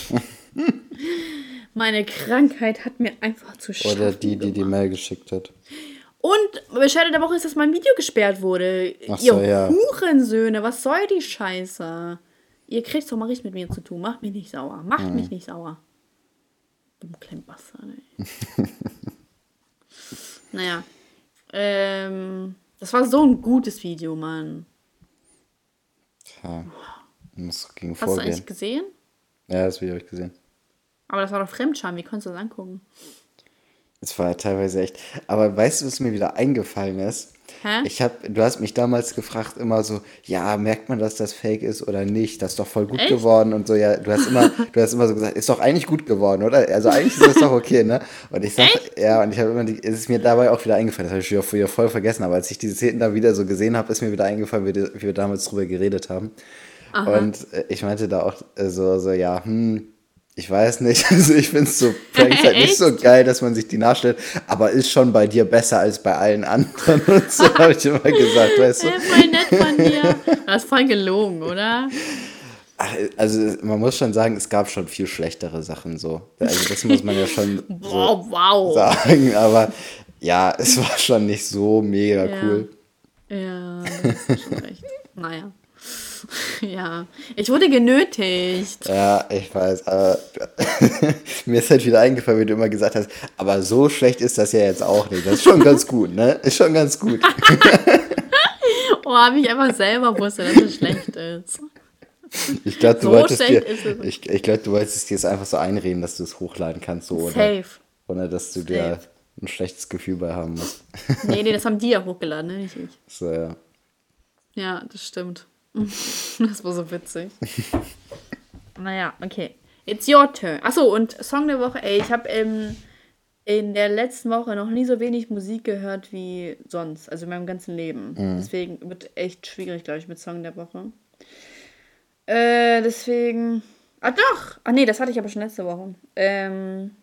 Speaker 1: Meine Krankheit hat mir einfach zu schaffen
Speaker 2: Oder die, die die
Speaker 1: gemacht.
Speaker 2: Mail geschickt hat.
Speaker 1: Und Beschwerde der Woche ist, dass mein Video gesperrt wurde.
Speaker 2: Ach so,
Speaker 1: Ihr
Speaker 2: ja.
Speaker 1: Hurensöhne, was soll die Scheiße? Ihr kriegt doch mal richtig mit mir zu tun. Macht mich nicht sauer. Macht
Speaker 2: Hm.
Speaker 1: mich nicht sauer. Du kleiner Bastard, ey. Naja. Ähm, das war so ein gutes Video, Mann.
Speaker 2: Ja, muss gegen
Speaker 1: Hast du
Speaker 2: vorgehen.
Speaker 1: eigentlich gesehen?
Speaker 2: Ja, das Video habe ich gesehen.
Speaker 1: Aber das war doch Fremdscham. Wie konntest du das angucken?
Speaker 2: Es war teilweise echt. Aber weißt du, was mir wieder eingefallen ist?
Speaker 1: Hä?
Speaker 2: Ich hab, du hast mich damals gefragt, immer so, ja, merkt man, dass das Fake ist oder nicht? Das ist doch voll gut
Speaker 1: Echt?
Speaker 2: geworden und so. Ja, du hast immer, du hast immer so gesagt, ist doch eigentlich gut geworden, oder? Also eigentlich ist das doch okay, ne? Und ich sag,
Speaker 1: Echt?
Speaker 2: ja, und ich habe immer, die, es ist mir dabei auch wieder eingefallen. Das habe ich wieder früher voll vergessen. Aber als ich diese Szenen da wieder so gesehen habe, ist mir wieder eingefallen, wie, die- wie wir damals drüber geredet haben. Und äh, ich meinte da auch äh, so, so, ja, hm, ich weiß nicht. Also ich finde es so Pranks halt nicht so geil, dass man sich die nachstellt, aber ist schon bei dir besser als bei allen anderen. Und so habe ich immer gesagt, weißt du?
Speaker 1: Äh, voll nett von dir. Das ist voll gelogen, oder?
Speaker 2: Ach, also man muss schon sagen, es gab schon viel schlechtere Sachen so. Also das muss man ja schon
Speaker 1: Boah,
Speaker 2: so
Speaker 1: wow.
Speaker 2: sagen. Aber ja, es war schon nicht so mega
Speaker 1: Ja.
Speaker 2: cool.
Speaker 1: Ja, das ist schon recht. Naja. Ja, ich wurde genötigt.
Speaker 2: Ja, ich weiß, aber mir ist halt wieder eingefallen, wie du immer gesagt hast, aber so schlecht ist das ja jetzt auch nicht. Das ist schon ganz gut, ne? Ist schon ganz gut.
Speaker 1: Oh, habe ich einfach selber wusste, dass es schlecht ist.
Speaker 2: Ich glaube, du
Speaker 1: So
Speaker 2: wolltest
Speaker 1: schlecht
Speaker 2: dir,
Speaker 1: ist es.
Speaker 2: ich, ich glaube, du wolltest dir jetzt einfach so einreden, dass du es hochladen kannst, so, oder?
Speaker 1: Safe.
Speaker 2: Ohne dass du dir
Speaker 1: Safe.
Speaker 2: ein schlechtes Gefühl bei haben musst.
Speaker 1: Nee, nee, das haben die ja hochgeladen, ne? Nicht ich.
Speaker 2: So, ja.
Speaker 1: Ja, das stimmt. Das war so witzig. Naja, okay. It's your turn. Achso, und Song der Woche, ey, ich habe ähm, in der letzten Woche noch nie so wenig Musik gehört wie sonst, also in meinem ganzen Leben. Deswegen wird echt schwierig, glaube ich, mit Song der Woche. Äh, deswegen. Ah, doch! Ach nee, das hatte ich aber schon letzte Woche. Ähm.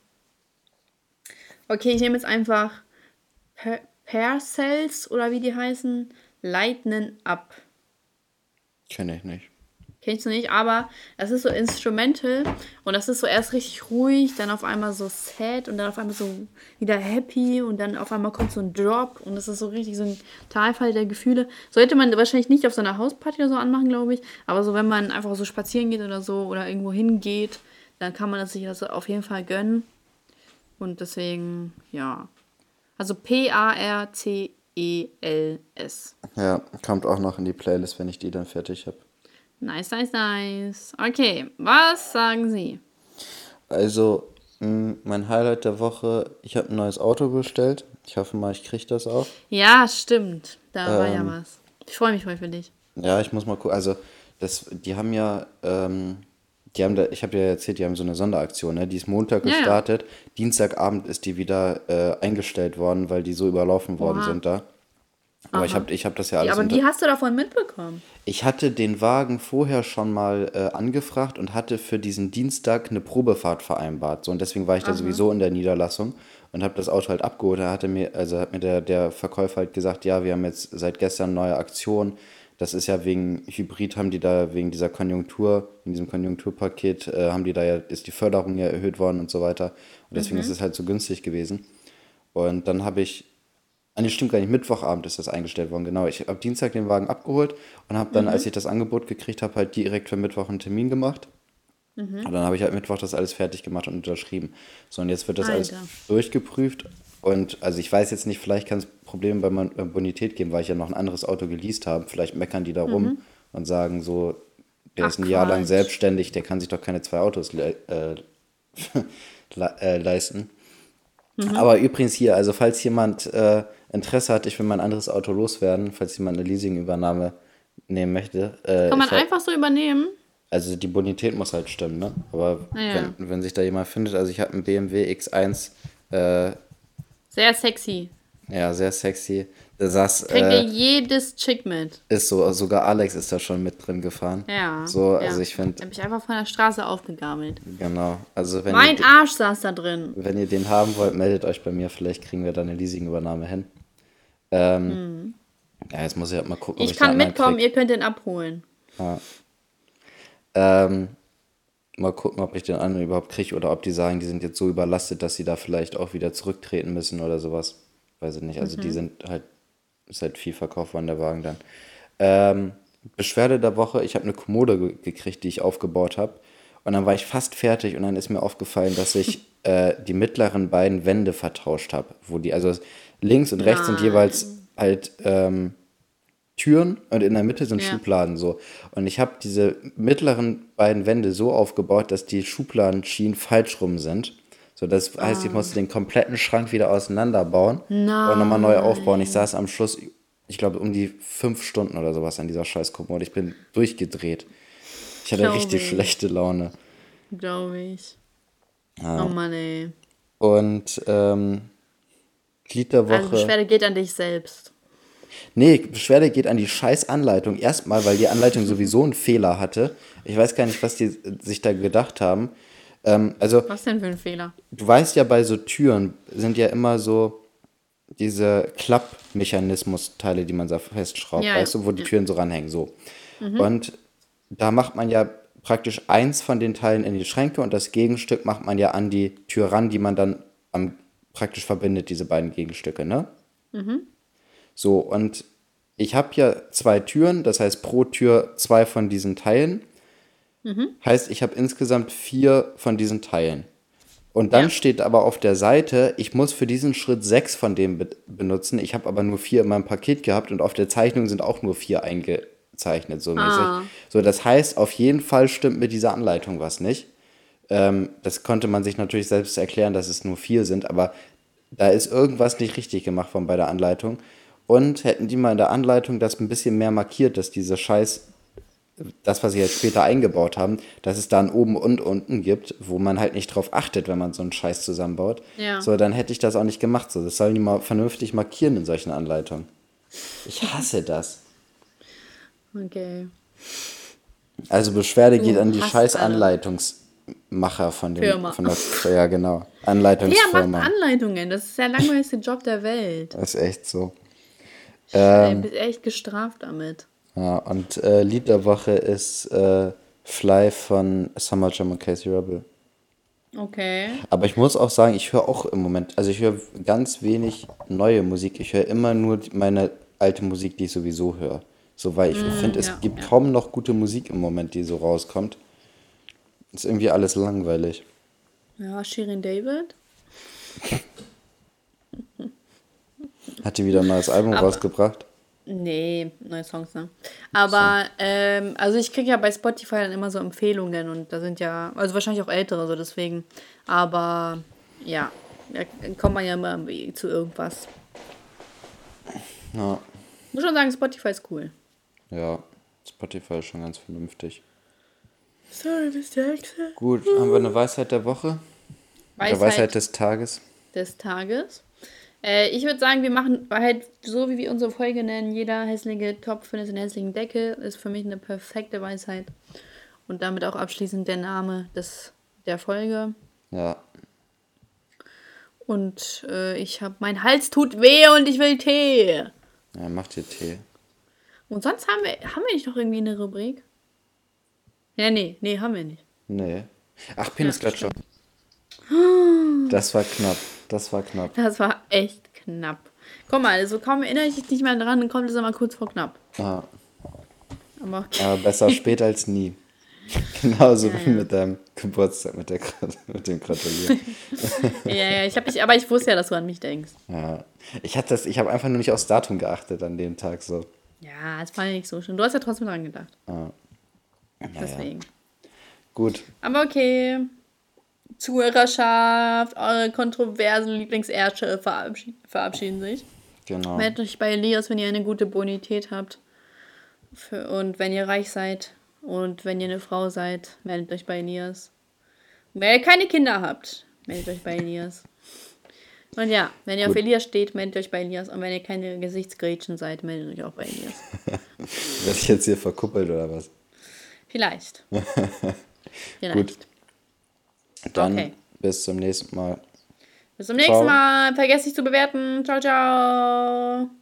Speaker 1: Okay, ich nehme jetzt einfach Pa- Parcells oder wie die heißen. Lightning Up.
Speaker 2: Kenne ich nicht.
Speaker 1: Kennst du nicht, aber das ist so Instrumental und das ist so erst richtig ruhig, dann auf einmal so sad und dann auf einmal so wieder happy und dann auf einmal kommt so ein Drop und das ist so richtig so ein Talfall der Gefühle. Sollte man wahrscheinlich nicht auf so einer Hausparty oder so anmachen, glaube ich, aber so wenn man einfach so spazieren geht oder so oder irgendwo hingeht, dann kann man das sich das auf jeden Fall gönnen und deswegen, ja. Also P A R C E L S.
Speaker 2: Ja, kommt auch noch in die Playlist, wenn ich die dann fertig habe.
Speaker 1: Nice, nice, nice. Okay, was sagen Sie?
Speaker 2: Also, mh, mein Highlight der Woche, ich habe ein neues Auto bestellt. Ich hoffe mal, ich kriege das auch.
Speaker 1: Ja, stimmt. Da war ja
Speaker 2: Ähm,
Speaker 1: was. Ich freue mich voll für dich.
Speaker 2: Ja, ich muss mal gucken. Also, das, die haben ja, ähm, die haben da, ich habe ja erzählt, die haben so eine Sonderaktion, ne? Die ist Montag
Speaker 1: Ja, ja.
Speaker 2: gestartet. Dienstagabend ist die wieder äh, eingestellt worden, weil die so überlaufen worden
Speaker 1: Oha.
Speaker 2: sind da. Aber ich
Speaker 1: Aha.
Speaker 2: habe ich hab das ja
Speaker 1: Ja,
Speaker 2: alles
Speaker 1: aber
Speaker 2: unter.
Speaker 1: wie hast du davon mitbekommen?
Speaker 2: Ich hatte den Wagen vorher schon mal äh, angefragt und hatte für diesen Dienstag eine Probefahrt vereinbart. So, und deswegen war ich da sowieso in der Niederlassung und habe das Auto halt abgeholt. Da hatte mir, also hat mir der, der Verkäufer halt gesagt, ja, wir haben jetzt seit gestern neue Aktion. Das ist ja wegen Hybrid, haben die da wegen dieser Konjunktur, in diesem Konjunkturpaket, äh, haben die da ja, ist die Förderung ja erhöht worden und so weiter. Und deswegen ist es halt so günstig gewesen. Und dann habe ich, ah, nee, stimmt gar nicht, Mittwochabend ist das eingestellt worden, genau. Ich habe Dienstag den Wagen abgeholt und habe dann, als ich das Angebot gekriegt habe, halt direkt für Mittwoch einen Termin gemacht. Und dann habe ich halt Mittwoch das alles fertig gemacht und unterschrieben. So, und jetzt wird das alles
Speaker 1: Alter.
Speaker 2: durchgeprüft. Und also ich weiß jetzt nicht, vielleicht kann es Probleme bei meiner Bonität geben, weil ich ja noch ein anderes Auto geleast habe. Vielleicht meckern die da rum und sagen so, der
Speaker 1: Ach,
Speaker 2: ist ein Jahr lang
Speaker 1: Quatsch.
Speaker 2: selbstständig, der kann sich doch keine zwei Autos le äh, le äh, leisten. Aber übrigens hier, also falls jemand äh, Interesse hat, ich will mein anderes Auto loswerden, falls jemand eine Leasingübernahme nehmen möchte. Äh,
Speaker 1: Kann man
Speaker 2: ich hab,
Speaker 1: einfach so übernehmen?
Speaker 2: also die Bonität muss halt stimmen, ne? Aber
Speaker 1: Ah, ja.
Speaker 2: wenn, wenn sich da jemand findet, also ich habe einen B M W X eins, äh,
Speaker 1: Sehr sexy.
Speaker 2: ja, sehr sexy. Da saß,
Speaker 1: Kriegt ihr
Speaker 2: äh,
Speaker 1: jedes Chick mit.
Speaker 2: ist so, sogar Alex ist da schon mit drin gefahren.
Speaker 1: Ja.
Speaker 2: So,
Speaker 1: ja.
Speaker 2: also ich finde,
Speaker 1: Hab ich einfach von der Straße aufgegabelt.
Speaker 2: genau. Also wenn
Speaker 1: Mein
Speaker 2: ihr,
Speaker 1: Arsch saß da drin.
Speaker 2: wenn ihr den haben wollt, meldet euch bei mir, vielleicht kriegen wir da eine Leasingübernahme hin. Ähm, ja, jetzt muss ich halt mal gucken, ob
Speaker 1: Ich
Speaker 2: ich
Speaker 1: kann
Speaker 2: den anderen
Speaker 1: mitkommen,
Speaker 2: krieg.
Speaker 1: ihr könnt den abholen.
Speaker 2: Ähm, mal gucken, ob ich den anderen überhaupt kriege oder ob die sagen, die sind jetzt so überlastet, dass sie da vielleicht auch wieder zurücktreten müssen oder sowas. Weiß ich nicht. Also die sind halt, ist halt viel verkauft worden, der Wagen dann. Ähm, Beschwerde der Woche, ich habe eine Kommode ge gekriegt, die ich aufgebaut habe. Und dann war ich fast fertig und dann ist mir aufgefallen, dass ich äh, die mittleren beiden Wände vertauscht habe. Wo die, also links und rechts sind jeweils halt ähm, Türen und in der Mitte sind
Speaker 1: Ja.
Speaker 2: Schubladen so. Und ich habe diese mittleren beiden Wände so aufgebaut, dass die Schubladenschienen falsch rum sind. So, das heißt, ich musste den kompletten Schrank wieder auseinanderbauen und nochmal neu aufbauen. Ich saß am Schluss, ich glaube, um die fünf Stunden oder sowas an dieser scheiß Kommode. Ich bin durchgedreht. Ich hatte
Speaker 1: Glaub
Speaker 2: richtig
Speaker 1: ich.
Speaker 2: schlechte Laune.
Speaker 1: Glaube ich. Oh Mann, ey.
Speaker 2: Und ähm, Lied der
Speaker 1: Also
Speaker 2: Woche.
Speaker 1: Beschwerde geht an dich selbst.
Speaker 2: Nee, Beschwerde geht an die scheiß Anleitung. Erstmal, weil die Anleitung sowieso einen Fehler hatte. Ich weiß gar nicht, was die sich da gedacht haben. Ähm, also,
Speaker 1: Was denn für ein Fehler?
Speaker 2: du weißt ja, bei so Türen sind ja immer so diese Klappmechanismus-Teile, die man so festschraubt,
Speaker 1: Ja,
Speaker 2: weißt du, wo die
Speaker 1: ja.
Speaker 2: Türen so ranhängen, so. Und da macht man ja praktisch eins von den Teilen in die Schränke und das Gegenstück macht man ja an die Tür ran, die man dann am, praktisch verbindet, diese beiden Gegenstücke, ne? So, und ich habe ja zwei Türen, das heißt pro Tür zwei von diesen Teilen. Heißt, ich habe insgesamt vier von diesen Teilen. Und dann
Speaker 1: Ja.
Speaker 2: steht aber auf der Seite, ich muss für diesen Schritt sechs von dem be benutzen. Ich habe aber nur vier in meinem Paket gehabt und auf der Zeichnung sind auch nur vier eingezeichnet, so mäßig.
Speaker 1: Ah.
Speaker 2: So, das heißt, auf jeden Fall stimmt mit dieser Anleitung was nicht. Ähm, das konnte man sich natürlich selbst erklären, dass es nur vier sind, aber da ist irgendwas nicht richtig gemacht von bei der Anleitung. Und hätten die mal in der Anleitung das ein bisschen mehr markiert, dass diese Scheiß, das, was sie jetzt später eingebaut haben, dass es da ein Oben und Unten gibt, wo man halt nicht drauf achtet, wenn man so einen Scheiß zusammenbaut.
Speaker 1: Ja.
Speaker 2: So, dann hätte ich das auch nicht gemacht. So, das sollen die mal vernünftig markieren in solchen Anleitungen. Ich hasse das.
Speaker 1: Okay.
Speaker 2: Also Beschwerde
Speaker 1: Du
Speaker 2: geht an die
Speaker 1: hasst
Speaker 2: scheiß
Speaker 1: alle.
Speaker 2: Anleitungsmacher von dem,
Speaker 1: Firma.
Speaker 2: von der, ja genau,
Speaker 1: Wer
Speaker 2: Anleitungsfirma.
Speaker 1: macht Anleitungen? Das ist der langweiligste Job der Welt.
Speaker 2: Das ist echt so.
Speaker 1: Du bist echt gestraft damit.
Speaker 2: Ja, und äh, Lied der Woche ist äh, Fly von Summer Jam und Casey Rebel.
Speaker 1: Okay.
Speaker 2: Aber ich muss auch sagen, ich höre auch im Moment, also ich höre ganz wenig neue Musik. Ich höre immer nur die- meine alte Musik, die ich sowieso höre. So, weil ich finde, es
Speaker 1: ja,
Speaker 2: gibt
Speaker 1: ja.
Speaker 2: kaum noch gute Musik im Moment, die so rauskommt. Ist irgendwie alles langweilig.
Speaker 1: Ja, Shirin David.
Speaker 2: Hat die wieder ein neues Album
Speaker 1: Aber-
Speaker 2: rausgebracht?
Speaker 1: Nee, neue Songs, ne? Aber, ähm, also ich kriege ja bei Spotify dann immer so Empfehlungen und da sind ja, also wahrscheinlich auch ältere, so deswegen. Aber, ja, da kommt man ja immer zu irgendwas.
Speaker 2: Ja.
Speaker 1: Muss schon sagen, Spotify ist cool.
Speaker 2: Ja, Spotify ist schon ganz vernünftig.
Speaker 1: Sorry, Mister Axel.
Speaker 2: Gut, haben wir eine Weisheit der Woche? Oder
Speaker 1: Weisheit
Speaker 2: Weisheit des Tages?
Speaker 1: des Tages. Äh, ich würde sagen, wir machen halt so, wie wir unsere Folge nennen, jeder hässliche Topf findet einen hässlichen Deckel, ist für mich eine perfekte Weisheit. Und damit auch abschließend der Name des, der Folge.
Speaker 2: Ja.
Speaker 1: Und äh, ich habe, mein Hals tut weh und ich will Tee.
Speaker 2: Ja, mach dir Tee.
Speaker 1: Und sonst haben wir, haben wir nicht noch irgendwie eine Rubrik? Ja, nee, nee, haben wir nicht.
Speaker 2: Nee. Ach, Penisklatscher.
Speaker 1: stimmt.
Speaker 2: Das war knapp. Das war knapp.
Speaker 1: Das war echt knapp. Guck mal, also kaum erinnere ich dich nicht mehr dran, dann kommt es immer kurz vor knapp.
Speaker 2: Ja.
Speaker 1: Aber okay.
Speaker 2: Aber besser spät als nie. Genauso
Speaker 1: Ja,
Speaker 2: wie
Speaker 1: ja.
Speaker 2: mit deinem Geburtstag, mit, der, Gra- mit dem Gratulieren.
Speaker 1: Ja, ja, ich hab dich, aber ich wusste ja, dass du an mich denkst.
Speaker 2: Ja. Ich hatte das, ich habe einfach nur nicht aufs Datum geachtet an dem Tag so.
Speaker 1: Ja, es war ja nicht so schlimm. Du hast ja trotzdem dran gedacht.
Speaker 2: Ja.
Speaker 1: Deswegen.
Speaker 2: Gut.
Speaker 1: Aber okay. Zuhörerschaft, eure kontroversen Lieblingsärsche verabschieden, verabschieden sich.
Speaker 2: Genau.
Speaker 1: Meldet euch bei Elias, wenn ihr eine gute Bonität habt. Für, und wenn ihr reich seid. Und wenn ihr eine Frau seid, meldet euch bei Elias. Und wenn ihr keine Kinder habt, meldet euch bei Elias. Und ja, wenn ihr
Speaker 2: Gut.
Speaker 1: auf Elias steht, meldet euch bei Elias. Und wenn ihr keine Gesichtsgrätschen seid, meldet euch auch bei Elias.
Speaker 2: Werde ich jetzt hier verkuppelt oder was?
Speaker 1: Vielleicht. Vielleicht.
Speaker 2: Gut. Dann
Speaker 1: Okay.
Speaker 2: bis zum nächsten Mal.
Speaker 1: Bis zum nächsten
Speaker 2: Ciao.
Speaker 1: Mal. Vergesst nicht zu bewerten. Ciao, ciao.